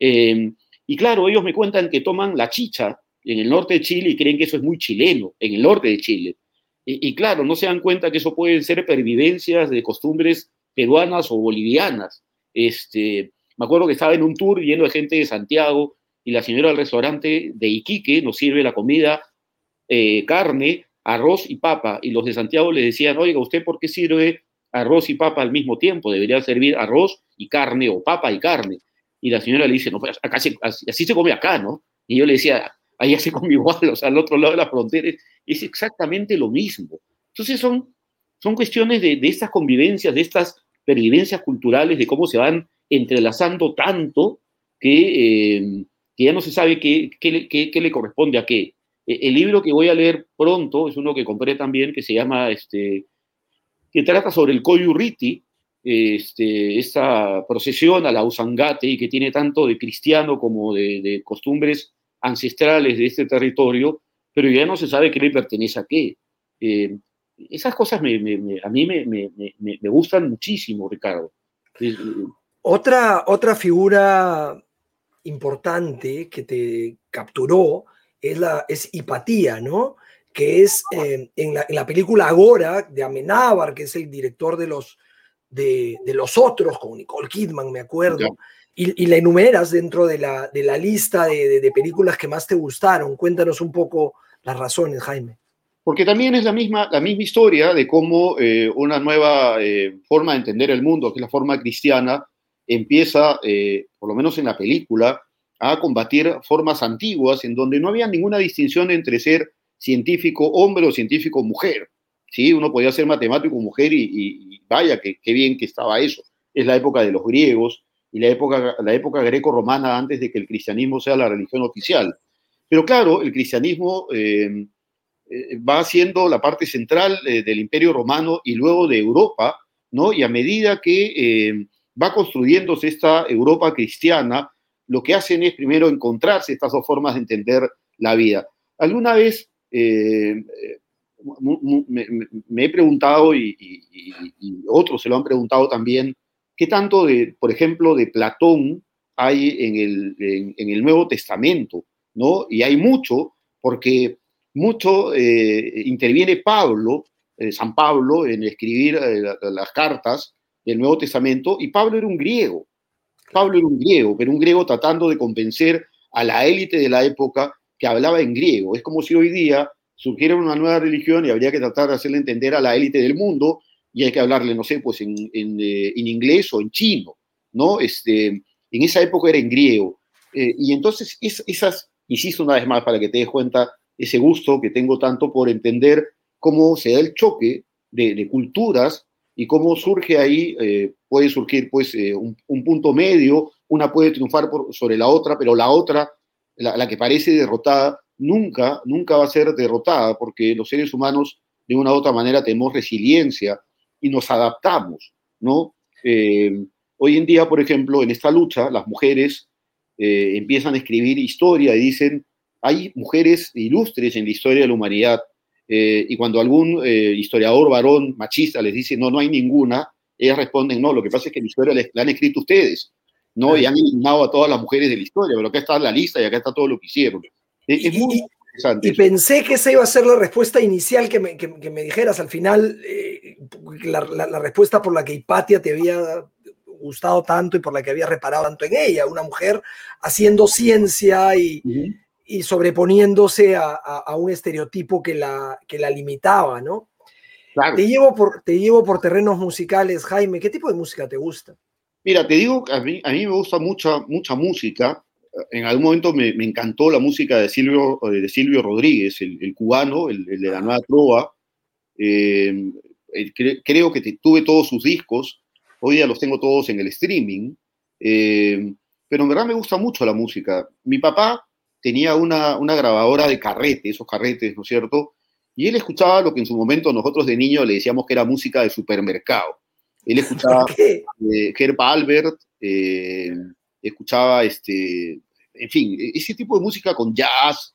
y claro, ellos me cuentan que toman la chicha en el norte de Chile y creen que eso es muy chileno, en el norte de Chile. Y claro, no se dan cuenta que eso pueden ser pervivencias de costumbres peruanas o bolivianas. Me acuerdo que estaba en un tour lleno de gente de Santiago y la señora del restaurante de Iquique nos sirve la comida, carne, arroz y papa. Y los de Santiago le decían, oiga, ¿usted por qué sirve arroz y papa al mismo tiempo? Debería servir arroz y carne o papa y carne. Y la señora le dice, no, pues acá así se come acá, ¿no? Y yo le decía, allá se come igual, o sea, al otro lado de la frontera es exactamente lo mismo. Entonces son cuestiones de estas convivencias, de estas pervivencias culturales, de cómo se van entrelazando tanto que ya no se sabe qué le corresponde a qué. El libro que voy a leer pronto es uno que compré también, que se llama, que trata sobre el Koyurriti, esta procesión a la Usangate y que tiene tanto de cristiano como de costumbres ancestrales de este territorio, pero ya no se sabe qué le pertenece a qué. Eh, Esas cosas a mí me gustan muchísimo, Ricardo. Es,
Otra figura importante que te capturó es Hipatía, ¿no? Que es en la película Agora de Amenábar, que es el director de los otros, con Nicole Kidman, me
ya.
acuerdo, y la enumeras dentro de la lista de películas que más te gustaron. Cuéntanos un poco las razones, Jaime.
Porque también es la misma historia de cómo una nueva forma de entender el mundo, que es la forma cristiana, empieza, por lo menos en la película, a combatir formas antiguas en donde no había ninguna distinción entre ser científico hombre o científico mujer. ¿Sí? Uno podía ser matemático mujer y vaya, qué bien que estaba eso. Es la época de los griegos y la época greco-romana antes de que el cristianismo sea la religión oficial. Pero claro, el cristianismo va siendo la parte central del Imperio Romano y luego de Europa, ¿no? Y a medida que va construyéndose esta Europa cristiana, lo que hacen es primero encontrarse estas dos formas de entender la vida. Alguna vez me he preguntado, y otros se lo han preguntado también, ¿qué tanto, por ejemplo, de Platón hay en el Nuevo Testamento? ¿No? Y hay mucho, porque mucho interviene Pablo, San Pablo, en escribir las cartas del Nuevo Testamento, y Pablo era un griego. Pablo era un griego, pero un griego tratando de convencer a la élite de la época que hablaba en griego. Es como si hoy día surgiera una nueva religión y habría que tratar de hacerle entender a la élite del mundo y hay que hablarle, no sé, pues en inglés o en chino, ¿no? En esa época era en griego. Y entonces insisto una vez más para que te des cuenta, ese gusto que tengo tanto por entender cómo se da el choque de culturas y cómo surge ahí, puede surgir pues un punto medio, una puede triunfar sobre la otra, pero la otra, la que parece derrotada, nunca va a ser derrotada, porque los seres humanos, de una u otra manera, tenemos resiliencia y nos adaptamos, ¿no? Hoy en día, por ejemplo, en esta lucha, las mujeres empiezan a escribir historia y dicen, hay mujeres ilustres en la historia de la humanidad, y cuando algún historiador varón machista les dice, no, no hay ninguna, ellas responden, no, lo que pasa es que la historia la han escrito ustedes, ¿no? Y han eliminado a todas las mujeres de la historia, pero acá está la lista y acá está todo lo que hicieron. Es muy interesante
y
eso.
pensé que esa iba a ser la respuesta inicial que me dijeras. Al final, la respuesta por la que Hipatia te había gustado tanto y por la que había reparado tanto en ella, una mujer haciendo ciencia y sobreponiéndose a un estereotipo que la limitaba, ¿no?
Claro.
Te llevo por terrenos musicales, Jaime. ¿Qué tipo de música te gusta?
Mira, te digo que a mí me gusta mucha música. En algún momento me encantó la música de Silvio Rodríguez, el cubano, el de la Nueva Trova. Creo que tuve todos sus discos. Hoy día los tengo todos en el streaming. Pero en verdad me gusta mucho la música. Mi papá tenía una grabadora de carrete, esos carretes, ¿no es cierto? Y él escuchaba lo que en su momento nosotros de niños le decíamos que era música de supermercado. Él escuchaba Herb Alpert, escuchaba, en fin, ese tipo de música con jazz,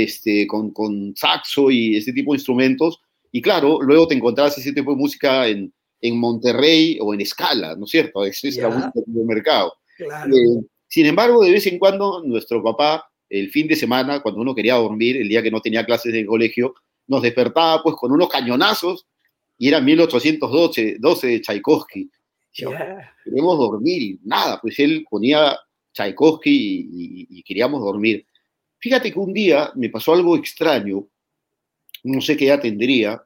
con saxo y ese tipo de instrumentos. Y claro, luego te encontrabas ese tipo de música en Monterrey o en Scala, ¿no es cierto? Esa es la música del mercado.
Claro.
Sin embargo, de vez en cuando, nuestro papá, el fin de semana, cuando uno quería dormir, el día que no tenía clases de colegio, nos despertaba pues con unos cañonazos y era 1812 de Tchaikovsky. Queremos dormir y nada, pues él ponía Tchaikovsky y queríamos dormir. Fíjate que un día me pasó algo extraño, no sé qué edad tendría,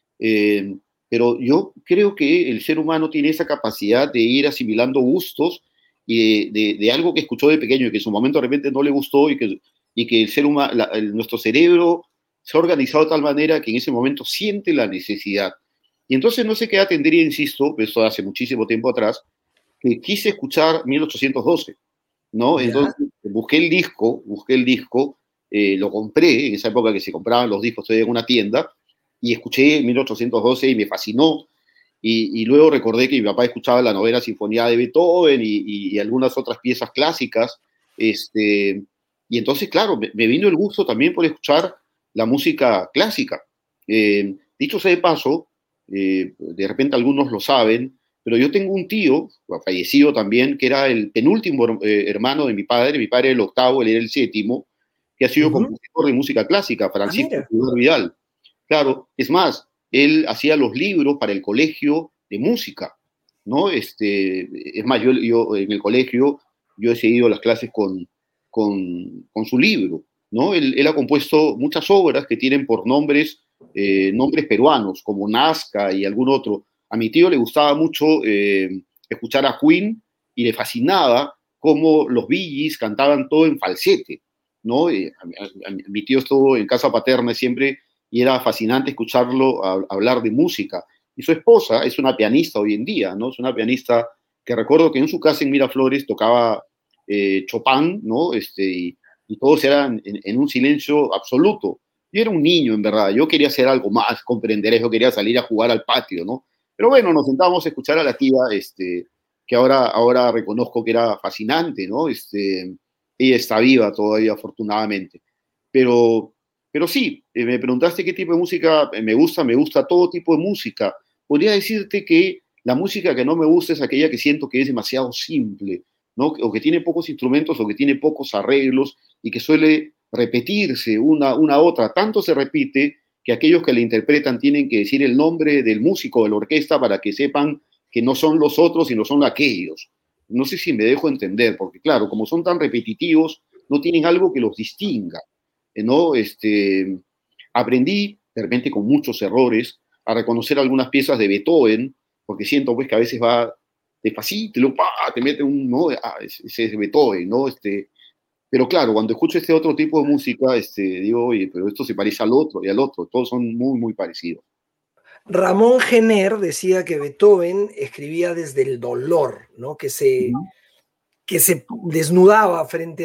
pero yo creo que el ser humano tiene esa capacidad de ir asimilando gustos y de algo que escuchó de pequeño y que en su momento de repente no le gustó y que el ser humano, nuestro cerebro se ha organizado de tal manera que en ese momento siente la necesidad. Y entonces no sé qué edad tendría, insisto, esto hace muchísimo tiempo atrás, que quise escuchar 1812, ¿no? Entonces busqué el disco, lo compré, en esa época que se compraban los discos todavía en una tienda, y escuché 1812 y me fascinó. Y luego recordé que mi papá escuchaba la novena sinfonía de Beethoven y algunas otras piezas clásicas. Y entonces, claro, me vino el gusto también por escuchar la música clásica. Dicho sea de paso, de repente algunos lo saben, pero yo tengo un tío, fallecido también, que era el penúltimo hermano de mi padre era el octavo, él era el séptimo, que ha sido compositor de música clásica, Francisco Vidal. Claro, es más, él hacía los libros para el colegio de música, ¿no? Es más, yo en el colegio, yo he seguido las clases con su libro, ¿no? Él ha compuesto muchas obras que tienen por nombres peruanos, como Nazca y algún otro. A mi tío le gustaba mucho escuchar a Queen y le fascinaba cómo los Bee Gees cantaban todo en falsete, ¿no? Mi tío estuvo en casa paterna siempre y era fascinante escucharlo hablar de música. Y su esposa es una pianista hoy en día, ¿no? Es una pianista que recuerdo que en su casa en Miraflores tocaba Chopin, ¿no? Y todos eran en un silencio absoluto. Yo era un niño, en verdad. Yo quería hacer algo más, comprenderé. Yo quería salir a jugar al patio, ¿no? Pero bueno, nos sentábamos a escuchar a la tía, que ahora reconozco que era fascinante, ¿no? Ella está viva todavía, afortunadamente. Pero sí, me preguntaste qué tipo de música me gusta todo tipo de música. Podría decirte que la música que no me gusta es aquella que siento que es demasiado simple, ¿no? O que tiene pocos instrumentos o que tiene pocos arreglos y que suele repetirse una a otra. Tanto se repite que aquellos que la interpretan tienen que decir el nombre del músico de la orquesta para que sepan que no son los otros, sino son aquellos. No sé si me dejo entender, porque claro, como son tan repetitivos, no tienen algo que los distinga, ¿no? Aprendí, de repente con muchos errores, a reconocer algunas piezas de Beethoven, porque siento pues que a veces va despacito, y luego te mete ¿no? Ese es Beethoven, ¿no? Pero claro, cuando escucho este otro tipo de música, digo, oye, pero esto se parece al otro y al otro, todos son muy, muy parecidos.
Ramón Gener decía que Beethoven escribía desde el dolor, ¿no? que se desnudaba frente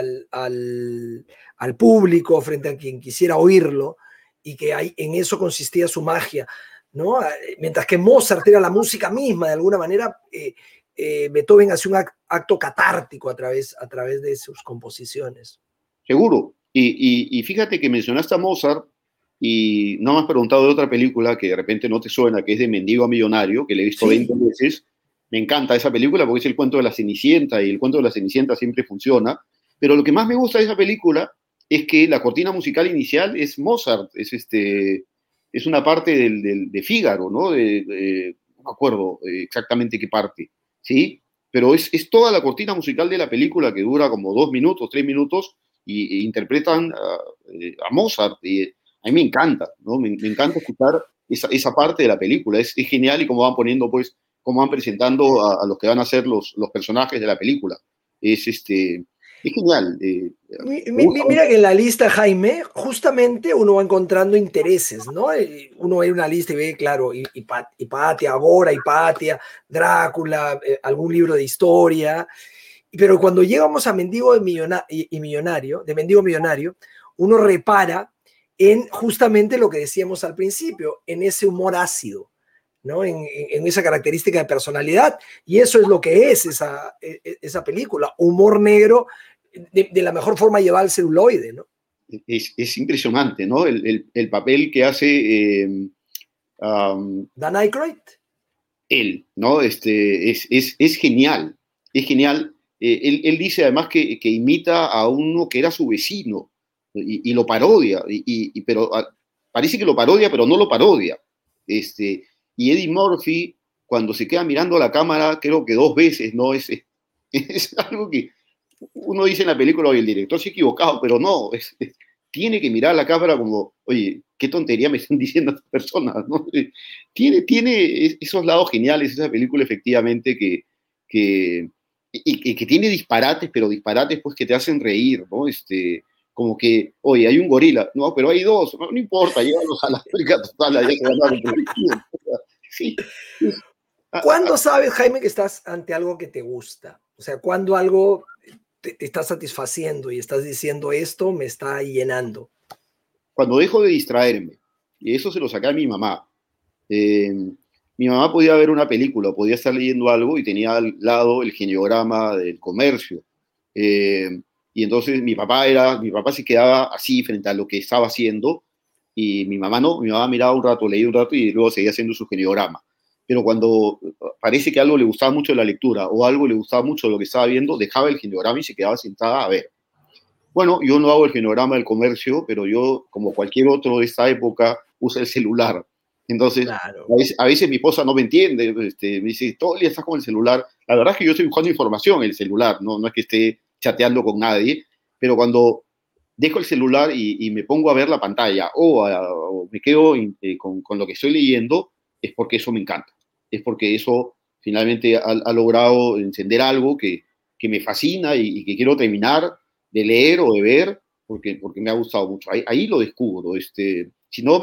al público, frente a quien quisiera oírlo, y que en eso consistía su magia, ¿no? Mientras que Mozart era la música misma, de alguna manera, Beethoven hacía un acto catártico a través de sus composiciones.
Seguro. Y fíjate que mencionaste a Mozart y no me has preguntado de otra película que de repente no te suena, que es de Mendigo a Millonario, que le he visto
Sí.
20 veces. Me encanta esa película porque es el cuento de la Cenicienta y el cuento de la Cenicienta siempre funciona. Pero lo que más me gusta de esa película es que la cortina musical inicial es Mozart, es una parte de Fígaro, ¿no? No me acuerdo exactamente qué parte, ¿sí? Pero es toda la cortina musical de la película que dura como 2 minutos, 3 minutos y interpretan a Mozart. Y a mí me encanta, ¿no? Me encanta escuchar esa parte de la película. Es genial y cómo van poniendo, pues, cómo van presentando a los que van a ser los personajes de la película. Es genial.
Mira que en la lista, Jaime, justamente uno va encontrando intereses, ¿no? Uno ve una lista y ve, claro, Hipatia, Agora, Hipatia, Drácula, algún libro de historia. Pero cuando llegamos a Mendigo Millonario, de Mendigo Millonario, uno repara en justamente lo que decíamos al principio, en ese humor ácido, ¿no? En esa característica de personalidad. Y eso es lo que es esa película, humor negro de la mejor forma llevar al celuloide, ¿no?
Es impresionante, ¿no? El papel que hace
Dan Aykroyd.
Él, ¿no? Es genial, es genial. Él dice además que imita a uno que era su vecino y lo parodia, pero parece que lo parodia, pero no lo parodia. Y Eddie Murphy, cuando se queda mirando a la cámara, creo que 2 veces, ¿no? Es algo que uno dice en la película, oye, el director se ha equivocado, pero no, tiene que mirar a la cámara como, oye, qué tontería me están diciendo estas personas, ¿no? Tiene esos lados geniales esa película, efectivamente, que tiene disparates, pero disparates pues que te hacen reír, ¿no? Como que, oye, hay un gorila, no, pero hay dos, no importa, llévalos a la África total, allá se ganaron por el tiempo. Sí.
¿Cuándo sabes, Jaime, que estás ante algo que te gusta? O sea, cuando algo te está satisfaciendo y estás diciendo esto me está llenando.
Cuando dejo de distraerme, y eso se lo saqué a mi mamá. Mi mamá podía ver una película, podía estar leyendo algo y tenía al lado el geneograma del comercio. Eh, y entonces mi papá se quedaba así frente a lo que estaba haciendo y mi mamá no, mi mamá miraba un rato, leía un rato y luego seguía haciendo su geneograma. Pero cuando parece que algo le gustaba mucho de la lectura o algo le gustaba mucho de lo que estaba viendo, dejaba el geneograma y se quedaba sentada a ver. Bueno, yo no hago el genograma del comercio, pero yo, como cualquier otro de esta época, uso el celular. Entonces,
Claro.
a veces mi esposa no me entiende, me dice, todo el día estás con el celular. La verdad es que yo estoy buscando información en el celular, no es que esté chateando con nadie, pero cuando dejo el celular y me pongo a ver la pantalla o me quedo con lo que estoy leyendo, es porque eso me encanta. Es porque eso finalmente ha logrado encender algo que me fascina y que quiero terminar de leer o de ver porque me ha gustado mucho. Ahí lo descubro. Si no,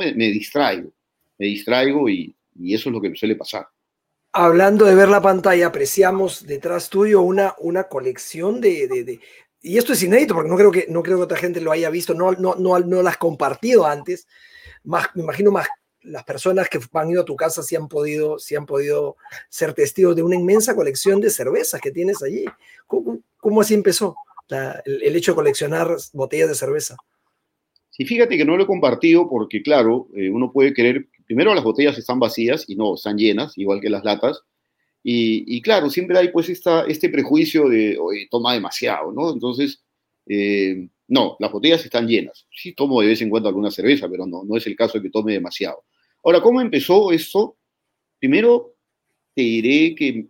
me distraigo y eso es lo que me suele pasar.
Hablando de ver la pantalla, apreciamos detrás tuyo una colección y esto es inédito porque no creo que otra gente lo haya visto, no las has compartido antes. Me imagino más las personas que han ido a tu casa sí han podido ser testigos de una inmensa colección de cervezas que tienes allí. ¿Cómo así empezó el hecho de coleccionar botellas de cerveza?
Sí, fíjate que no lo he compartido porque, claro, uno puede querer, primero las botellas están vacías y no, están llenas, igual que las latas. Y claro, siempre hay pues este prejuicio de, oye, toma demasiado, ¿no? Entonces, no, las botellas están llenas. Sí tomo de vez en cuando alguna cerveza, pero no es el caso de que tome demasiado. Ahora, ¿cómo empezó esto? Primero, te diré que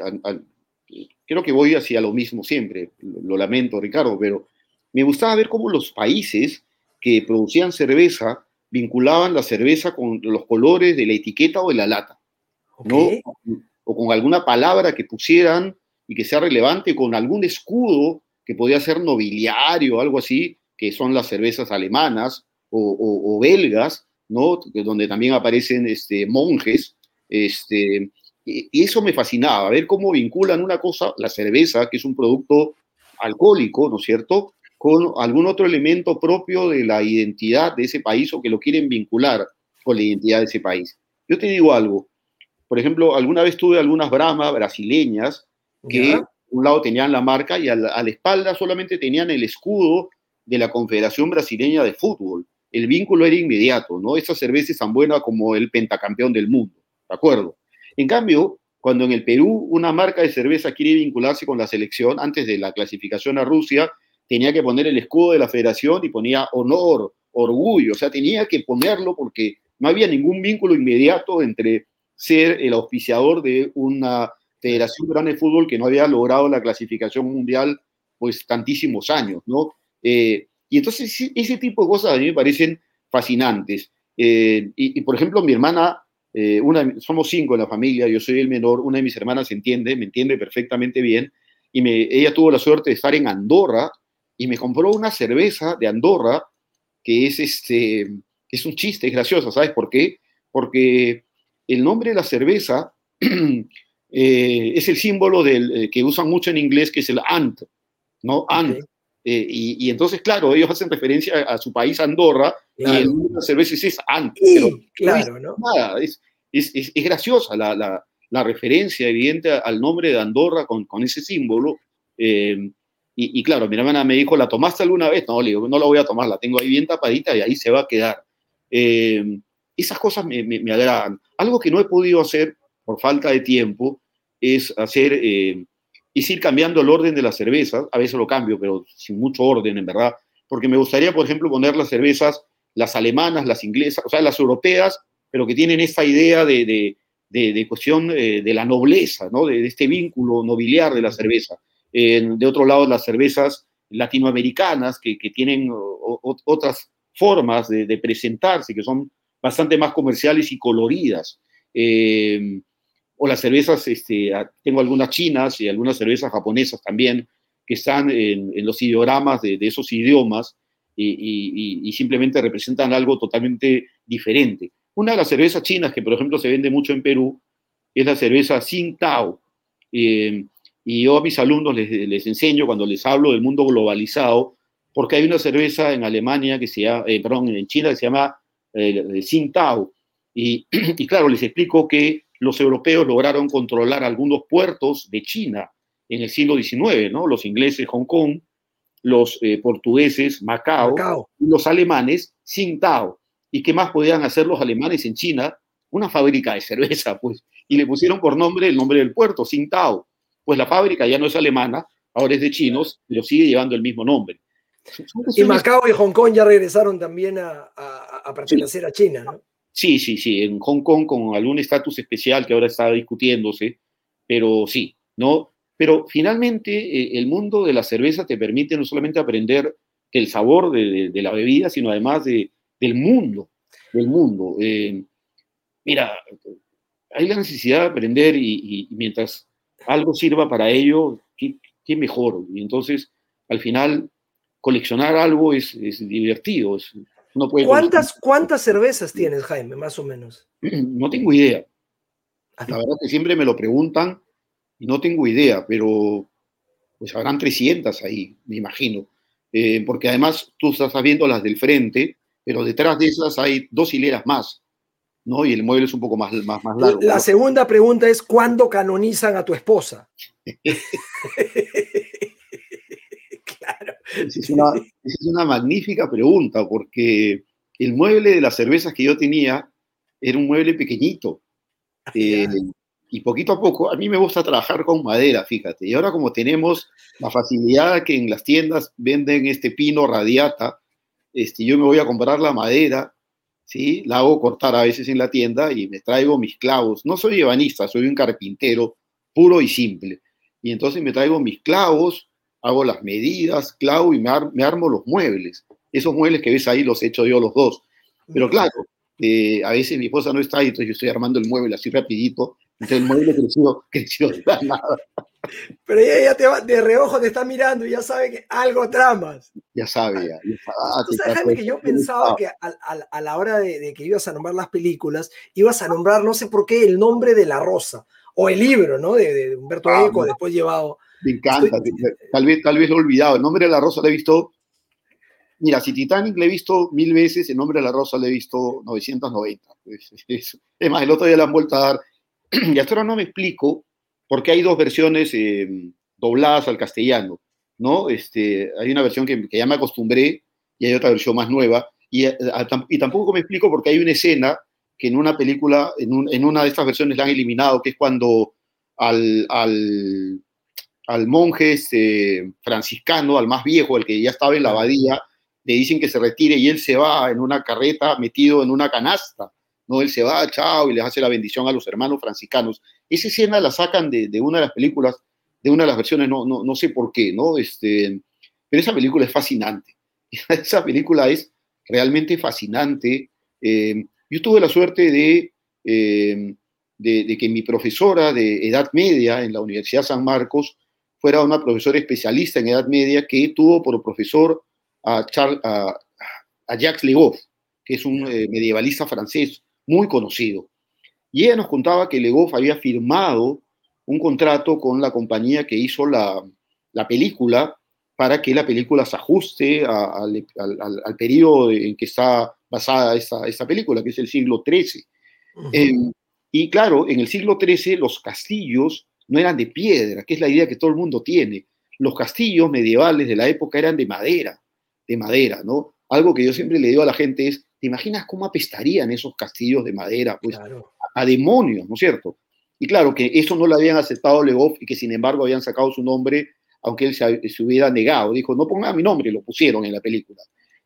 creo que voy hacia lo mismo siempre. Lo lamento, Ricardo, pero me gustaba ver cómo los países que producían cerveza vinculaban la cerveza con los colores de la etiqueta o de la lata,
Ok.
¿no? O con alguna palabra que pusieran y que sea relevante, con algún escudo que podía ser nobiliario o algo así, que son las cervezas alemanas o belgas, ¿no? Donde también aparecen monjes, Y eso me fascinaba, ver cómo vinculan una cosa, la cerveza, que es un producto alcohólico, ¿no es cierto?, con algún otro elemento propio de la identidad de ese país o que lo quieren vincular con la identidad de ese país. Yo te digo algo, por ejemplo, alguna vez tuve algunas Brahma brasileñas que
¿Ya?
un lado tenían la marca y a la espalda solamente tenían el escudo de la Confederación Brasileña de Fútbol. El vínculo era inmediato, ¿no? Esa cerveza es tan buena como el pentacampeón del mundo, ¿de acuerdo? En cambio, cuando en el Perú una marca de cerveza quiere vincularse con la selección, antes de la clasificación a Rusia, tenía que poner el escudo de la federación y ponía honor, orgullo, o sea, tenía que ponerlo porque no había ningún vínculo inmediato entre ser el auspiciador de una Federación Grande de Fútbol que no había logrado la clasificación mundial pues tantísimos años, ¿no? Y entonces ese tipo de cosas a mí me parecen fascinantes. Por ejemplo, mi hermana, somos 5 en la familia, yo soy el menor, una de mis hermanas me entiende perfectamente bien, y ella tuvo la suerte de estar en Andorra y me compró una cerveza de Andorra que es un chiste, es gracioso, ¿sabes por qué? Porque el nombre de la cerveza es el símbolo que usan mucho en inglés, que es el ant, ¿no? Ant.
Ok,
Entonces, claro, ellos hacen referencia a su país, Andorra, y el
claro.
nombre de la cerveza es ant, pero
Y,
no dice
claro, ¿no?
nada, es graciosa la referencia evidente al nombre de Andorra con ese símbolo. Claro, mi hermana me dijo, ¿la tomaste alguna vez? No, le digo, no la voy a tomar, la tengo ahí bien tapadita y ahí se va a quedar. Eh, Esas cosas me agradan. Algo que no he podido hacer por falta de tiempo es ir cambiando el orden de las cervezas. A veces lo cambio, pero sin mucho orden, en verdad. Porque me gustaría, por ejemplo, poner las cervezas, las alemanas, las inglesas, o sea, las europeas, pero que tienen esta idea de cuestión de la nobleza, ¿no? De este vínculo nobiliar de la cerveza. De otro lado, las cervezas latinoamericanas que tienen otras formas de presentarse, que son bastante más comerciales y coloridas. O las cervezas, tengo algunas chinas y algunas cervezas japonesas también, que están en los ideogramas de esos idiomas y simplemente representan algo totalmente diferente. Una de las cervezas chinas que, por ejemplo, se vende mucho en Perú es la cerveza Tsingtao. Eh, y yo a mis alumnos les enseño cuando les hablo del mundo globalizado, porque hay una cerveza en Alemania que se llama, perdón, en China que se llama Tsingtao. Y claro, les explico que los europeos lograron controlar algunos puertos de China en el siglo XIX, ¿no? Los ingleses, Hong Kong, los portugueses, Macao,
Macao.
y los alemanes, Tsingtao. ¿Y qué más podían hacer los alemanes en China? Una fábrica de cerveza, pues. Y le pusieron por nombre el nombre del puerto, Tsingtao. Pues la fábrica ya no es alemana, ahora es de chinos, pero sigue llevando el mismo nombre. Son
Y
cuestiones.
Macao y Hong Kong ya regresaron también a
Sí,
pertenecer a China, ¿no?
sí, sí, sí, en Hong Kong con algún estatus especial que ahora está discutiéndose, pero sí, ¿no? Pero finalmente el mundo de la cerveza te permite no solamente aprender el sabor de la bebida, sino además del mundo, del mundo. Mira, hay la necesidad de aprender y mientras algo sirva para ello, qué mejor. Y entonces, al final, coleccionar algo es divertido, uno puede coleccionar.
¿Cuántas cervezas tienes, Jaime, más o menos?
No tengo idea. La verdad que siempre me lo preguntan y no tengo idea, pero pues habrán 300 ahí, me imagino. Porque además tú estás viendo las del frente, pero detrás de esas hay 2 hileras más, ¿no? Y el mueble es un poco más largo,
La
¿no?
segunda pregunta es, ¿cuándo canonizan a tu esposa? Claro.
Esa es una magnífica pregunta, porque el mueble de las cervezas que yo tenía era un mueble pequeñito. Eh,
Ya.
y poquito a poco, a mí me gusta trabajar con madera, fíjate. Y ahora como tenemos la facilidad que en las tiendas venden este pino radiata, yo me voy a comprar la madera, ¿sí? La hago cortar a veces en la tienda y me traigo mis clavos. No soy ebanista, soy un carpintero puro y simple. Y entonces me traigo mis clavos, hago las medidas, clavo y me armo los muebles. Esos muebles que ves ahí los he hecho yo los dos. Pero
Mira.
claro, a veces mi esposa no está y entonces yo estoy armando el mueble así rapidito. Entonces el mueble creció de la nada.
Pero ella de reojo te está mirando y ya sabe que algo tramas.
Ya sabe, ya sabe,
Tú
qué
sabes,
trato
Jaime,
de
que yo pensaba que a la hora de que ibas a nombrar las películas, ibas a nombrar, no sé por qué, el nombre de la rosa. o el libro, ¿no? De Humberto Eco,
no,
después llevado...
me encanta, tal vez lo he olvidado. El nombre de la rosa lo he visto, mira, si Titanic le he visto 1000 veces, el nombre de la rosa lo he visto 990. Es más, el otro día la han vuelto a dar. Y hasta ahora no me explico por qué hay dos versiones dobladas al castellano, ¿no? Hay una versión que ya me acostumbré y hay otra versión más nueva. Y tampoco me explico por qué hay una escena que en una película, en una de estas versiones la han eliminado, que es cuando al, al, al monje franciscano, al más viejo, el que ya estaba en la abadía, le dicen que se retire y él se va en una carreta metido en una canasta, ¿no? Él se va, chao, y les hace la bendición a los hermanos franciscanos. Esa escena la sacan de una de las películas, de una de las versiones, no sé por qué, ¿no? Pero esa película es fascinante. Esa película es realmente fascinante. Yo tuve la suerte de que mi profesora de Edad Media en la Universidad San Marcos fuera una profesora especialista en Edad Media que tuvo por profesor a Jacques Le Goff, que es un medievalista francés muy conocido. Y ella nos contaba que Le Goff había firmado un contrato con la compañía que hizo la película para que la película se ajuste al periodo en que está basada esta película, que es el siglo XIII. Y claro, en el siglo XIII los castillos no eran de piedra, que es la idea que todo el mundo tiene. Los castillos medievales de la época eran de madera, ¿no? Algo que yo siempre le digo a la gente es, ¿te imaginas cómo apestarían esos castillos de madera? Pues claro, a demonios, ¿no es cierto? Y claro, que eso no lo habían aceptado Le Goff y que sin embargo habían sacado su nombre, aunque él se hubiera negado. Dijo, no pongan mi nombre, y lo pusieron en la película.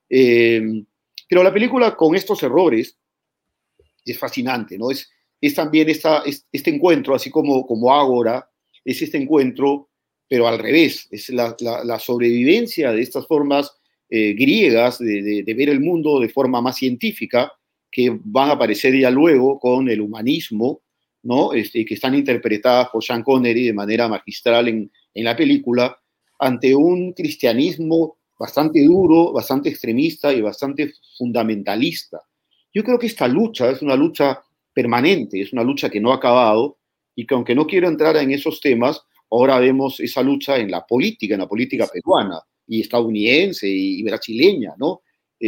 Pero la película con estos errores es fascinante, ¿no? Es también este encuentro, así como Ágora, es este encuentro, pero al revés, es la sobrevivencia de estas formas griegas de ver el mundo de forma más científica, que van a aparecer ya luego con el humanismo, ¿no? Que están interpretadas por Sean Connery de manera magistral en la película, ante un cristianismo bastante duro, bastante extremista y bastante fundamentalista. Yo creo que esta lucha es una lucha permanente, es una lucha que no ha acabado y que aunque no quiero entrar en esos temas, ahora vemos esa lucha en la política peruana y estadounidense y brasileña, ¿no?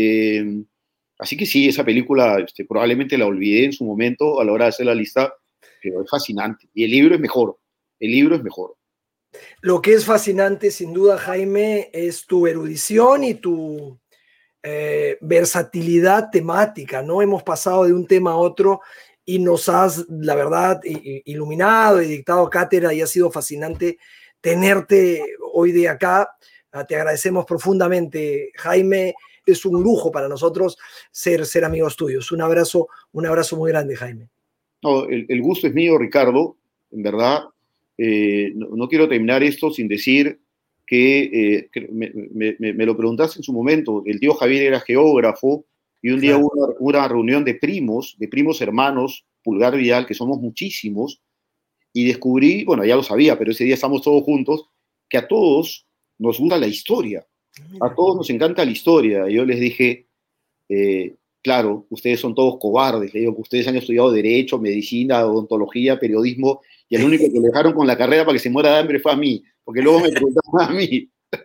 Así que sí, esa película probablemente la olvidé en su momento a la hora de hacer la lista, pero es fascinante. Y el libro es mejor, el libro es mejor.
Lo que es fascinante, sin duda, Jaime, es tu erudición y tu versatilidad temática, ¿no? Hemos pasado de un tema a otro y nos has, la verdad, iluminado y dictado cátedra y ha sido fascinante tenerte hoy de acá. Te agradecemos profundamente, Jaime. Es un lujo para nosotros ser amigos tuyos. Un abrazo muy grande, Jaime.
No, el gusto es mío, Ricardo. En verdad, no quiero terminar esto sin decir que me lo preguntaste en su momento. El tío Javier era geógrafo y un día hubo una reunión de primos hermanos, Pulgar Vidal, que somos muchísimos, y descubrí, bueno, ya lo sabía, pero ese día estamos todos juntos, que a todos nos gusta la historia. A todos nos encanta la historia. Y yo les dije, claro, ustedes son todos cobardes. Le digo que ustedes han estudiado Derecho, Medicina, Odontología, Periodismo, y el único que le dejaron con la carrera para que se muera de hambre fue a mí, porque luego me preguntaban a mí.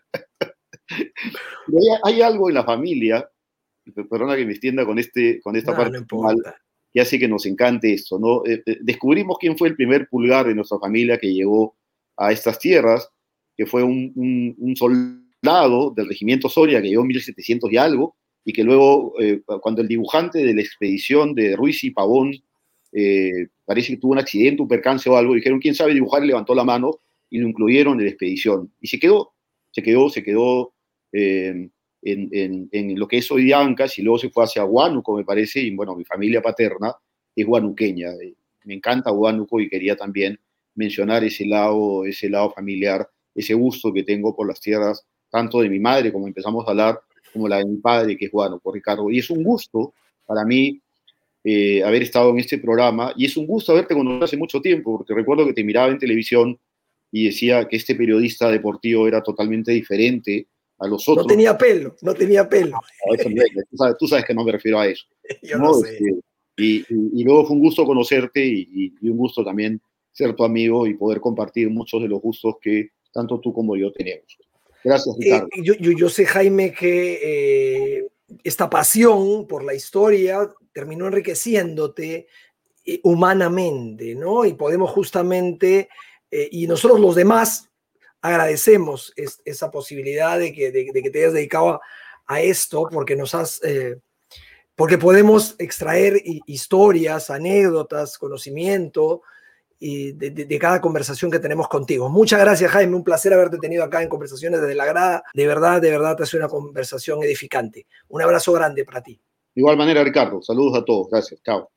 Pero hay algo en la familia, perdona que me extienda con esta parte final, que hace que nos encante esto, ¿no? Descubrimos quién fue el primer Pulgar de nuestra familia que llegó a estas tierras, que fue un soldado del regimiento Soria que llegó en 1700 y algo, y que luego, cuando el dibujante de la expedición de Ruiz y Pavón parece que tuvo un accidente, un percance o algo, dijeron, ¿quién sabe dibujar? Y levantó la mano y lo incluyeron en la expedición. Y se quedó en lo que es hoy día Ancash, y luego se fue hacia Huánuco, me parece, y bueno, mi familia paterna es huanuqueña. Me encanta Huánuco y quería también mencionar ese lado familiar, ese gusto que tengo por las tierras, tanto de mi madre, como empezamos a hablar, como la de mi padre, que es Huánuco, Ricardo. Y es un gusto para mí haber estado en este programa, y es un gusto haberte conocido hace mucho tiempo, porque recuerdo que te miraba en televisión y decía que este periodista deportivo era totalmente diferente a los otros.
No tenía pelo.
Tú sabes que no me refiero a eso.
Yo ¿no? Lo sé.
Y luego fue un gusto conocerte y un gusto también ser tu amigo y poder compartir muchos de los gustos que tanto tú como yo tenemos. Gracias, Ricardo.
Yo sé, Jaime, que esta pasión por la historia terminó enriqueciéndote humanamente, ¿no? Y podemos justamente, y nosotros los demás agradecemos esa posibilidad de que te hayas dedicado a esto, porque porque podemos extraer historias, anécdotas, conocimiento y de cada conversación que tenemos contigo. Muchas gracias, Jaime. Un placer haberte tenido acá en Conversaciones desde la Grada. De verdad, te ha sido una conversación edificante. Un abrazo grande para ti.
De igual manera, Ricardo. Saludos a todos. Gracias. Chao.